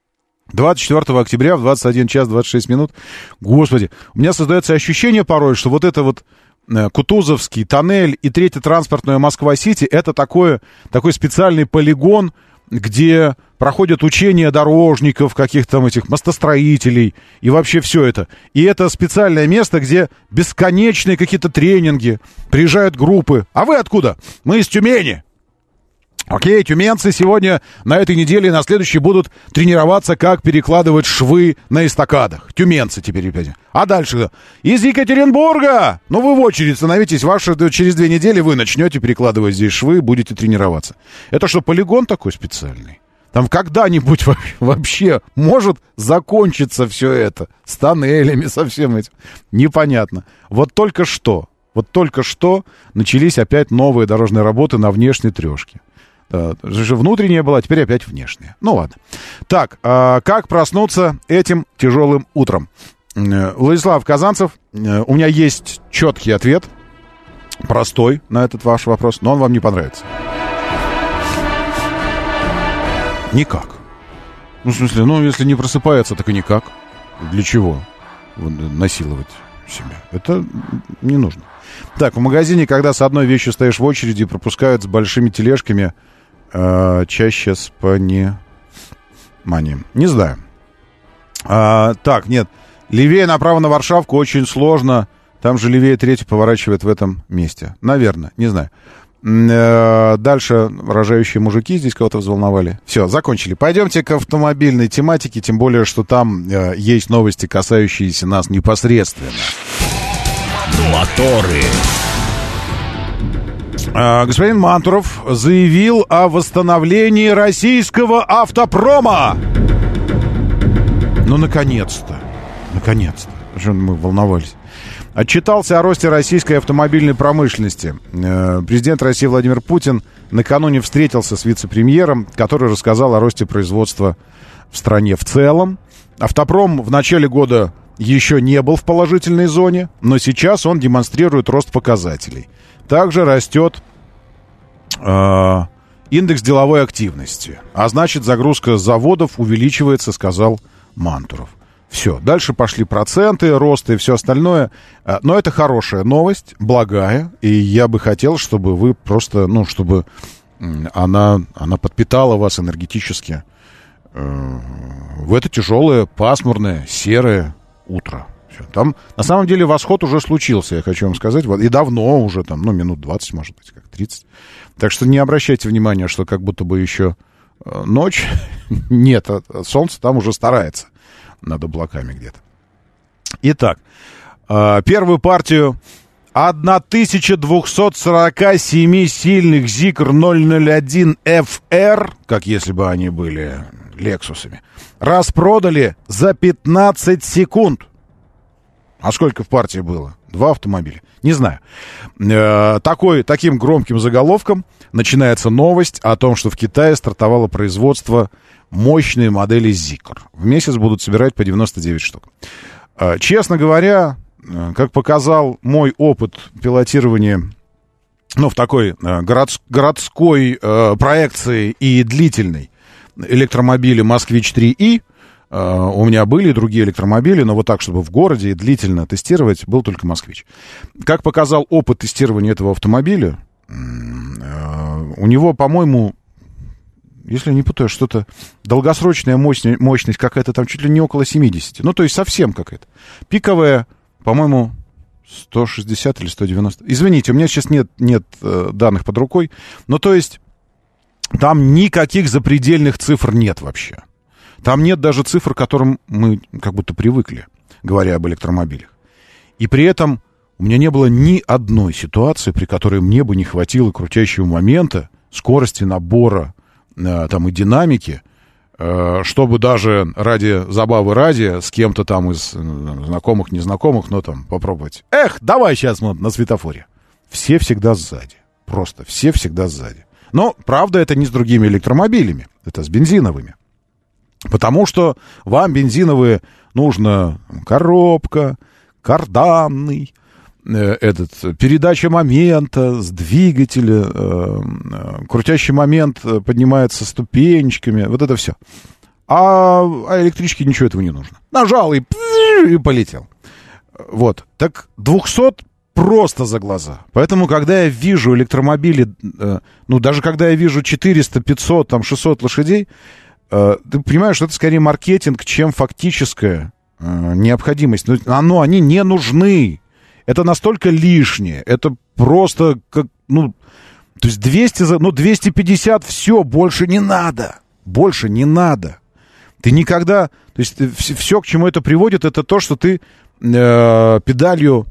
24 октября в 21 час 26 минут. Господи, у меня создается ощущение порой, что вот это вот Кутузовский тоннель и Третье транспортное Москва-Сити — это такой специальный полигон, где проходят учения дорожников, каких-то там этих мостостроителей и вообще все это. И это специальное место, где бесконечные какие-то тренинги, приезжают группы. А вы откуда? Мы из Тюмени. Окей, тюменцы сегодня на этой неделе и на следующей будут тренироваться, как перекладывать швы на эстакадах. Тюменцы теперь опять. А дальше? Из Екатеринбурга! Вы в очередь становитесь, через 2 недели вы начнете перекладывать здесь швы, будете тренироваться. Это что, полигон такой специальный? Там когда-нибудь вообще может закончиться все это с тоннелями, со всем этим? Непонятно. Вот только что начались опять новые дорожные работы на внешней трешке. Внутренняя была, теперь опять внешняя. Ладно. Так, как проснуться этим тяжелым утром? Владислав Казанцев, у меня есть четкий ответ, простой на этот ваш вопрос, но он вам не понравится. Никак. В смысле, если не просыпается, так и никак. Для чего насиловать себя? Это не нужно. Так, в магазине, когда с одной вещью стоишь в очереди, пропускают с большими тележками, чаще с пониманием. Не знаю. Так, нет. Левее направо на Варшавку очень сложно. Там же левее третий поворачивает в этом месте. Наверное, не знаю. Дальше рожающие мужики здесь кого-то взволновали. Все, закончили. Пойдемте к автомобильной тематике, тем более, что там есть новости, касающиеся нас непосредственно. Моторы. Господин Мантуров заявил о восстановлении российского автопрома. Наконец-то. Что мы волновались. Отчитался о росте российской автомобильной промышленности. Президент России Владимир Путин накануне встретился с вице-премьером, который рассказал о росте производства в стране в целом. Автопром в начале года еще не был в положительной зоне, но сейчас он демонстрирует рост показателей. Также растет индекс деловой активности. А значит, загрузка заводов увеличивается, сказал Мантуров. Все, дальше пошли проценты, росты и все остальное. Но это хорошая новость, благая. И я бы хотел, чтобы вы просто, чтобы она подпитала вас энергетически в это тяжелое, пасмурное, серое утро. Все. Там, на самом деле, восход уже случился, я хочу вам сказать. И давно уже, минут 20, может быть, как 30. Так что не обращайте внимания, что как будто бы еще ночь. Нет, солнце там уже старается над облаками где-то. Итак, первую партию 1247 сильных Zikr 001 FR, как если бы они были Лексусами, распродали за 15 секунд. А сколько в партии было? 2 автомобиля? Не знаю. Таким громким заголовком начинается новость о том, что в Китае стартовало производство мощной модели Zikr. В месяц будут собирать по 99 штук. Честно говоря, как показал мой опыт пилотирования, в такой городской проекции и длительной электромобиле «Москвич-3И», у меня были и другие электромобили, но вот так, чтобы в городе и длительно тестировать, был только «Москвич». Как показал опыт тестирования этого автомобиля, у него, по-моему, если я не путаю, что-то долгосрочная мощность какая-то там чуть ли не около 70. То есть совсем какая-то. Пиковая, по-моему, 160 или 190. Извините, у меня сейчас нет данных под рукой. То есть там никаких запредельных цифр нет вообще. Там нет даже цифр, к которым мы как будто привыкли, говоря об электромобилях. И при этом у меня не было ни одной ситуации, при которой мне бы не хватило крутящего момента, скорости набора и динамики, чтобы даже ради забавы с кем-то там из знакомых, незнакомых, попробовать. Давай сейчас на светофоре. Все всегда сзади. Просто все всегда сзади. Но, правда, это не с другими электромобилями. Это с бензиновыми. Потому что вам бензиновые нужна коробка, карданный, передача момента с двигателя, крутящий момент поднимается ступенечками, вот это все. А электричке ничего этого не нужно. Нажал и полетел. Вот. Так 200 просто за глаза. Поэтому, когда я вижу электромобили, даже когда я вижу 400, 500, 600 лошадей, ты понимаешь, что это скорее маркетинг, чем фактическая необходимость. Но они не нужны. Это настолько лишнее. Это просто как, то есть 250, все, больше не надо. Больше не надо. Ты никогда, то есть все, к чему это приводит, это то, что ты педалью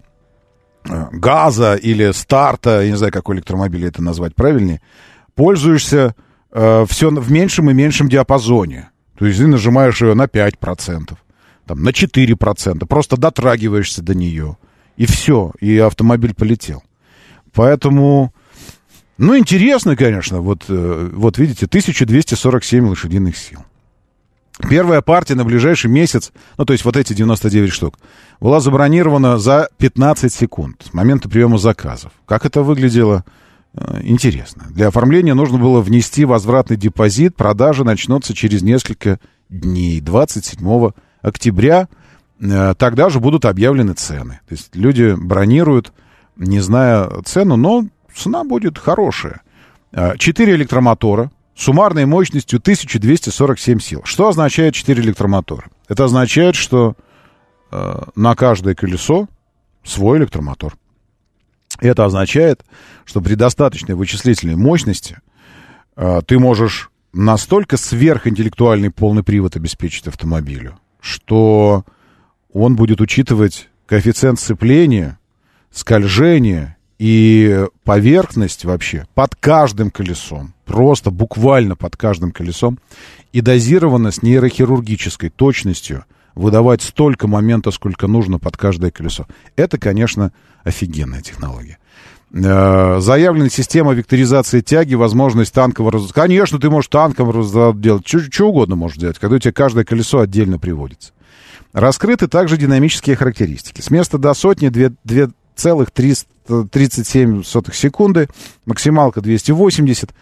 газа или старта, я не знаю, какой электромобиль это назвать правильнее, пользуешься все в меньшем и меньшем диапазоне. То есть ты нажимаешь ее на 5%, на 4%, просто дотрагиваешься до нее. И все, и автомобиль полетел. Поэтому, интересно, конечно, вот видите, 1247 лошадиных сил. Первая партия на ближайший месяц, то есть вот эти 99 штук, была забронирована за 15 секунд с момента приема заказов. Как это выглядело? Интересно. Для оформления нужно было внести возвратный депозит. Продажи начнутся через несколько дней, 27 октября. Тогда же будут объявлены цены. То есть люди бронируют, не зная цену, но цена будет хорошая. 4 электромотора, суммарной мощностью 1247 сил. Что означает 4 электромотора? Это означает, что на каждое колесо свой электромотор. Это означает, что при достаточной вычислительной мощности ты можешь настолько сверхинтеллектуальный полный привод обеспечить автомобилю, что он будет учитывать коэффициент сцепления, скольжения и поверхность вообще под каждым колесом. Просто буквально под каждым колесом. И дозированно с нейрохирургической точностью выдавать столько момента, сколько нужно под каждое колесо. Это, конечно, офигенная технология. Заявлена система векторизации тяги, возможность танкового разворот. Конечно, ты можешь танковый разворот делать. Что угодно можешь делать, когда у тебя каждое колесо отдельно приводится. Раскрыты также динамические характеристики. С места до сотни 2,37 секунды, максималка 280.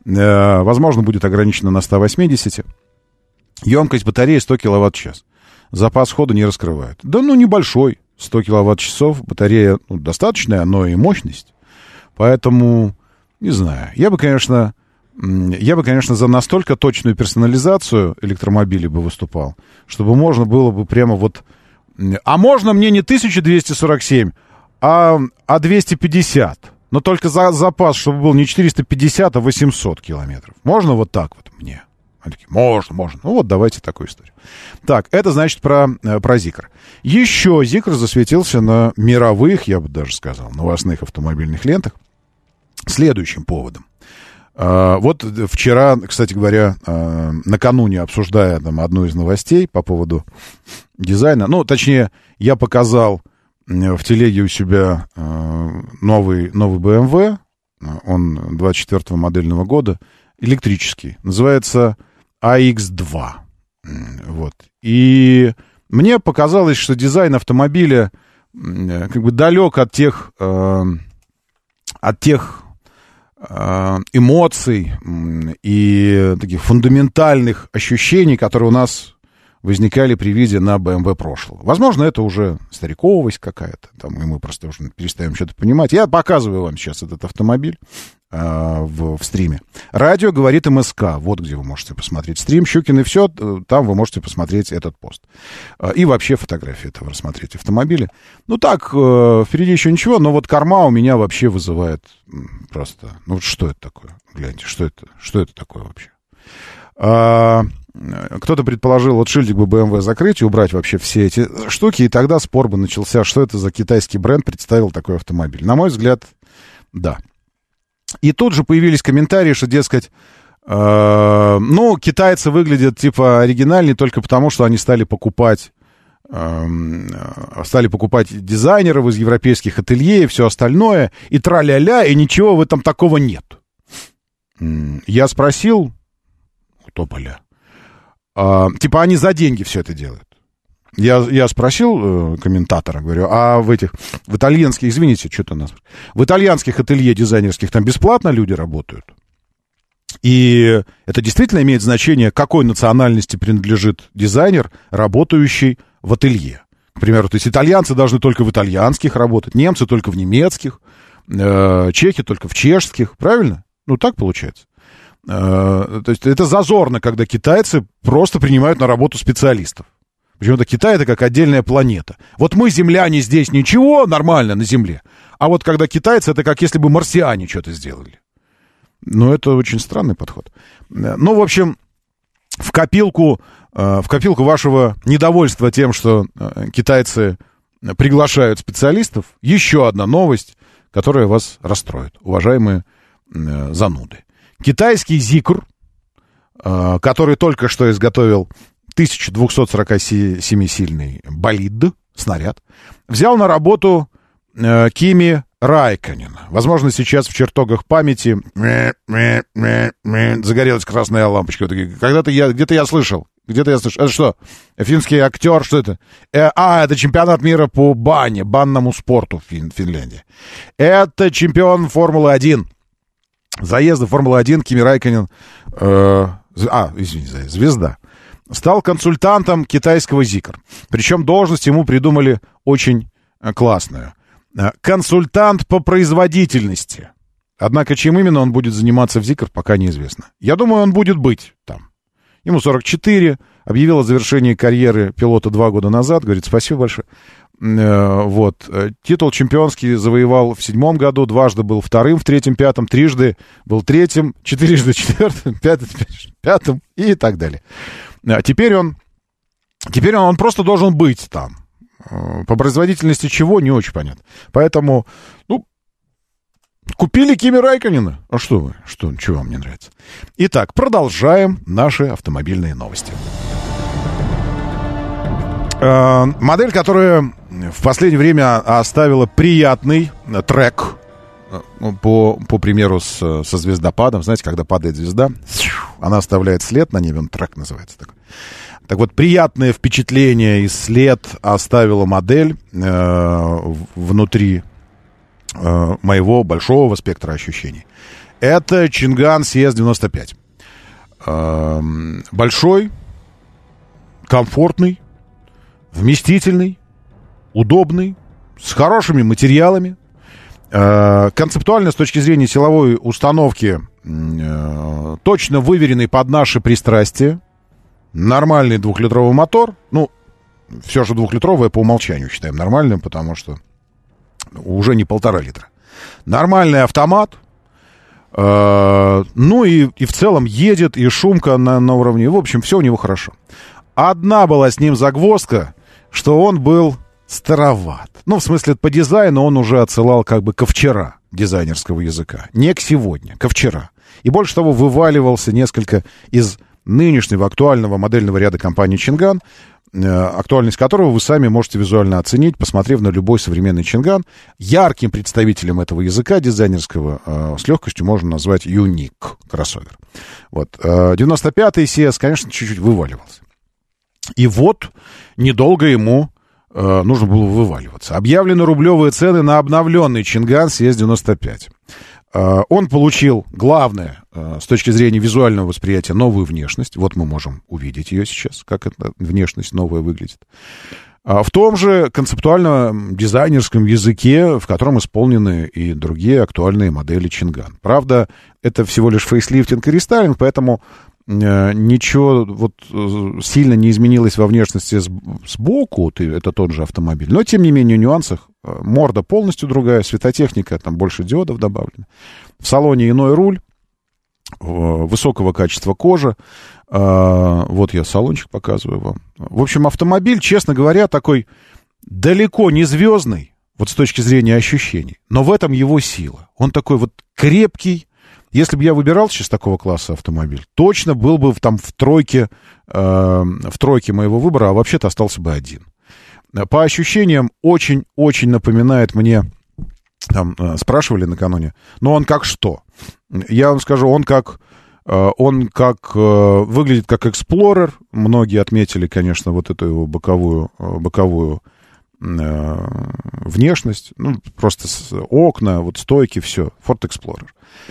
Возможно, будет ограничено на 180. Емкость батареи 100 киловатт-час. Запас хода не раскрывают. Да, небольшой. 100 киловатт-часов. Батарея достаточная, но и мощность. Поэтому, не знаю. Я бы, конечно, за настолько точную персонализацию электромобилей бы выступал, чтобы можно было бы прямо вот... А можно мне не 1247, а 250. Но только запас, чтобы был не 450, а 800 километров. Можно вот так вот мне? Они такие, можно. Ну вот, давайте такую историю. Так, это значит про Zikr. Еще Zikr засветился на мировых, я бы даже сказал, новостных автомобильных лентах следующим поводом. Вот вчера, кстати говоря, накануне, обсуждая там одну из новостей по поводу дизайна, точнее, я показал в телеге у себя новый BMW, он 24-го модельного года, электрический, называется AX2. Вот. И мне показалось, что дизайн автомобиля как бы далек от тех эмоций и таких фундаментальных ощущений, которые у нас возникали при виде на BMW прошлого. Возможно, это уже стариковость какая-то, там, и мы просто уже перестаем что-то понимать. Я показываю вам сейчас этот автомобиль в стриме. Радио говорит МСК. Вот где вы можете посмотреть стрим. Щукин и все. Там вы можете посмотреть этот пост. И вообще фотографии этого рассмотреть автомобиля. Впереди еще ничего, но вот корма у меня вообще вызывает просто... что это такое? Гляньте, что это такое вообще? Кто-то предположил, вот шильдик бы BMW закрыть и убрать вообще все эти штуки, и тогда спор бы начался, что это за китайский бренд представил такой автомобиль. На мой взгляд, да. И тут же появились комментарии, что, дескать, китайцы выглядят типа оригинальнее только потому, что они стали покупать дизайнеров из европейских ателье и все остальное, и тра-ля-ля, и ничего в этом такого нет. Я спросил, тополя, они за деньги все это делают. Я спросил комментатора, говорю, а в итальянских, извините, что-то нас... В итальянских ателье дизайнерских там бесплатно люди работают? И это действительно имеет значение, какой национальности принадлежит дизайнер, работающий в ателье. К примеру, то есть итальянцы должны только в итальянских работать, немцы только в немецких, чехи только в чешских, правильно? Так получается. То есть это зазорно, когда китайцы просто принимают на работу специалистов. Почему-то Китай — это как отдельная планета. Вот мы, земляне, здесь ничего, нормально на Земле. А вот когда китайцы, это как если бы марсиане что-то сделали. Это очень странный подход. В общем, в копилку вашего недовольства тем, что китайцы приглашают специалистов, еще одна новость, которая вас расстроит, уважаемые зануды. Китайский Zikr, который только что изготовил 1247-сильный болид, снаряд, взял на работу Кими Райконена. Возможно, сейчас в чертогах памяти загорелась красная лампочка. Где-то я слышал. Это что? Финский актер? Что это? Это чемпионат мира по банному спорту в Финляндии. Это чемпион Формулы-1. Заезда Формулы-1 Кими Райконен. Звезда. Стал консультантом китайского Zikr. Причем должность ему придумали очень классную. Консультант по производительности. Однако, чем именно он будет заниматься в Zikr, пока неизвестно. Я думаю, он будет быть там. Ему 44, объявил о завершении карьеры пилота 2 года назад. Говорит, спасибо большое. Титул чемпионский завоевал в 2007 году, дважды был вторым, в 3-м, 5-м, трижды был 3-м, 4-м, 4-м, 5-м и так далее. Теперь он просто должен быть там. По производительности чего, не очень понятно. Поэтому, купили Кими Райконена. А что вы? Чего вам не нравится? Итак, продолжаем наши автомобильные новости. Модель, которая в последнее время оставила приятный трек, по примеру со звездопадом. Знаете, когда падает звезда, она оставляет след на небе, он трек называется такой. Так вот, приятное впечатление и след оставила модель внутри моего большого спектра ощущений. Это Чинган CS-95. Большой, комфортный, вместительный, удобный, с хорошими материалами. Концептуально, с точки зрения силовой установки, точно выверенный под наши пристрастия. Нормальный 2-литровый мотор. Ну, все же 2-литровое по умолчанию считаем нормальным, потому что уже не 1,5 литра. Нормальный автомат. Ну и в целом едет, и шумка на уровне. В общем, все у него хорошо. Одна была с ним загвоздка, что он был староват. Ну, в смысле, по дизайну он уже отсылал как бы ко вчера дизайнерского языка. Не к сегодня, ко вчера. И больше того, вываливался несколько из нынешнего актуального модельного ряда компании Чинган, актуальность которого вы сами можете визуально оценить, посмотрев на любой современный Чинган. Ярким представителем этого языка дизайнерского с легкостью можно назвать Юник кроссовер. Вот. 95-й CS, конечно, чуть-чуть вываливался. И вот недолго ему нужно было вываливаться. Объявлены рублевые цены на обновленный Чинган CS-95. Он получил, главное, с точки зрения визуального восприятия, новую внешность. Вот мы можем увидеть ее сейчас, как эта внешность новая выглядит. В том же концептуально-дизайнерском языке, в котором исполнены и другие актуальные модели Чинган. Правда, это всего лишь фейслифтинг и рестайлинг, поэтому ничего вот сильно не изменилось во внешности сбоку, это тот же автомобиль. Но, тем не менее, в нюансах морда полностью другая, светотехника, там больше диодов добавлено. В салоне иной руль, высокого качества кожа. Вот я салончик показываю вам. В общем, автомобиль, честно говоря, такой далеко не звездный, вот с точки зрения ощущений. Но в этом его сила. Он такой вот крепкий. Если бы я выбирал сейчас такого класса автомобиль, точно был бы там в тройке моего выбора, а вообще-то остался бы один. По ощущениям очень-очень напоминает мне, там спрашивали накануне, но он как что? Я вам скажу, он как выглядит как Explorer. Многие отметили, конечно, вот эту его боковую внешность, ну, просто окна, вот стойки, все, Ford Explorer.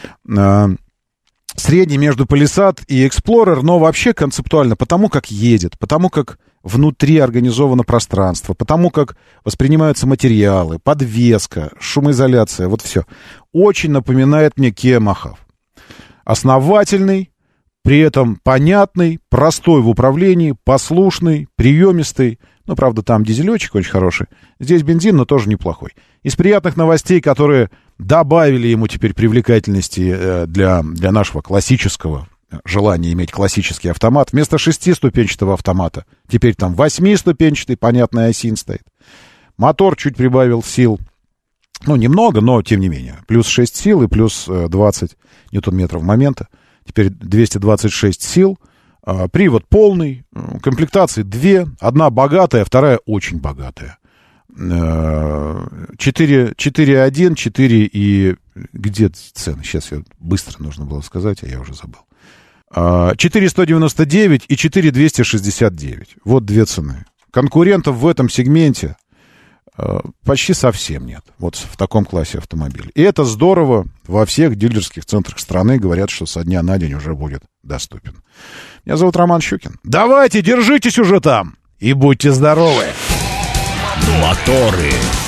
Средний между Palisade и Explorer, но вообще концептуально, потому как едет, потому как внутри организовано пространство, потому как воспринимаются материалы, подвеска, шумоизоляция, вот все. Очень напоминает мне Kia Mojave. Основательный, при этом понятный, простой в управлении, послушный, приемистый. Ну, правда, там дизелечек очень хороший. Здесь бензин, но тоже неплохой. Из приятных новостей, которые добавили ему теперь привлекательности для нашего классического желания иметь классический автомат. Вместо 6-ступенчатого автомата теперь там 8-ступенчатый, понятный осин стоит. Мотор чуть прибавил сил. Ну, немного, но тем не менее. Плюс 6 сил и плюс 20 ньютон-метров момента. Теперь 226 сил. Привод полный, комплектации 2, одна богатая, вторая очень богатая. 4.1, 4 и... Где цены? Сейчас быстро нужно было сказать, а я уже забыл. 4.199 и 4.269. Вот две цены. Конкурентов в этом сегменте почти совсем нет. Вот в таком классе автомобилей. И это здорово. Во всех дилерских центрах страны говорят, что со дня на день уже будет доступен. Меня зовут Роман Щукин. Давайте, держитесь уже там и будьте здоровы. Моторы.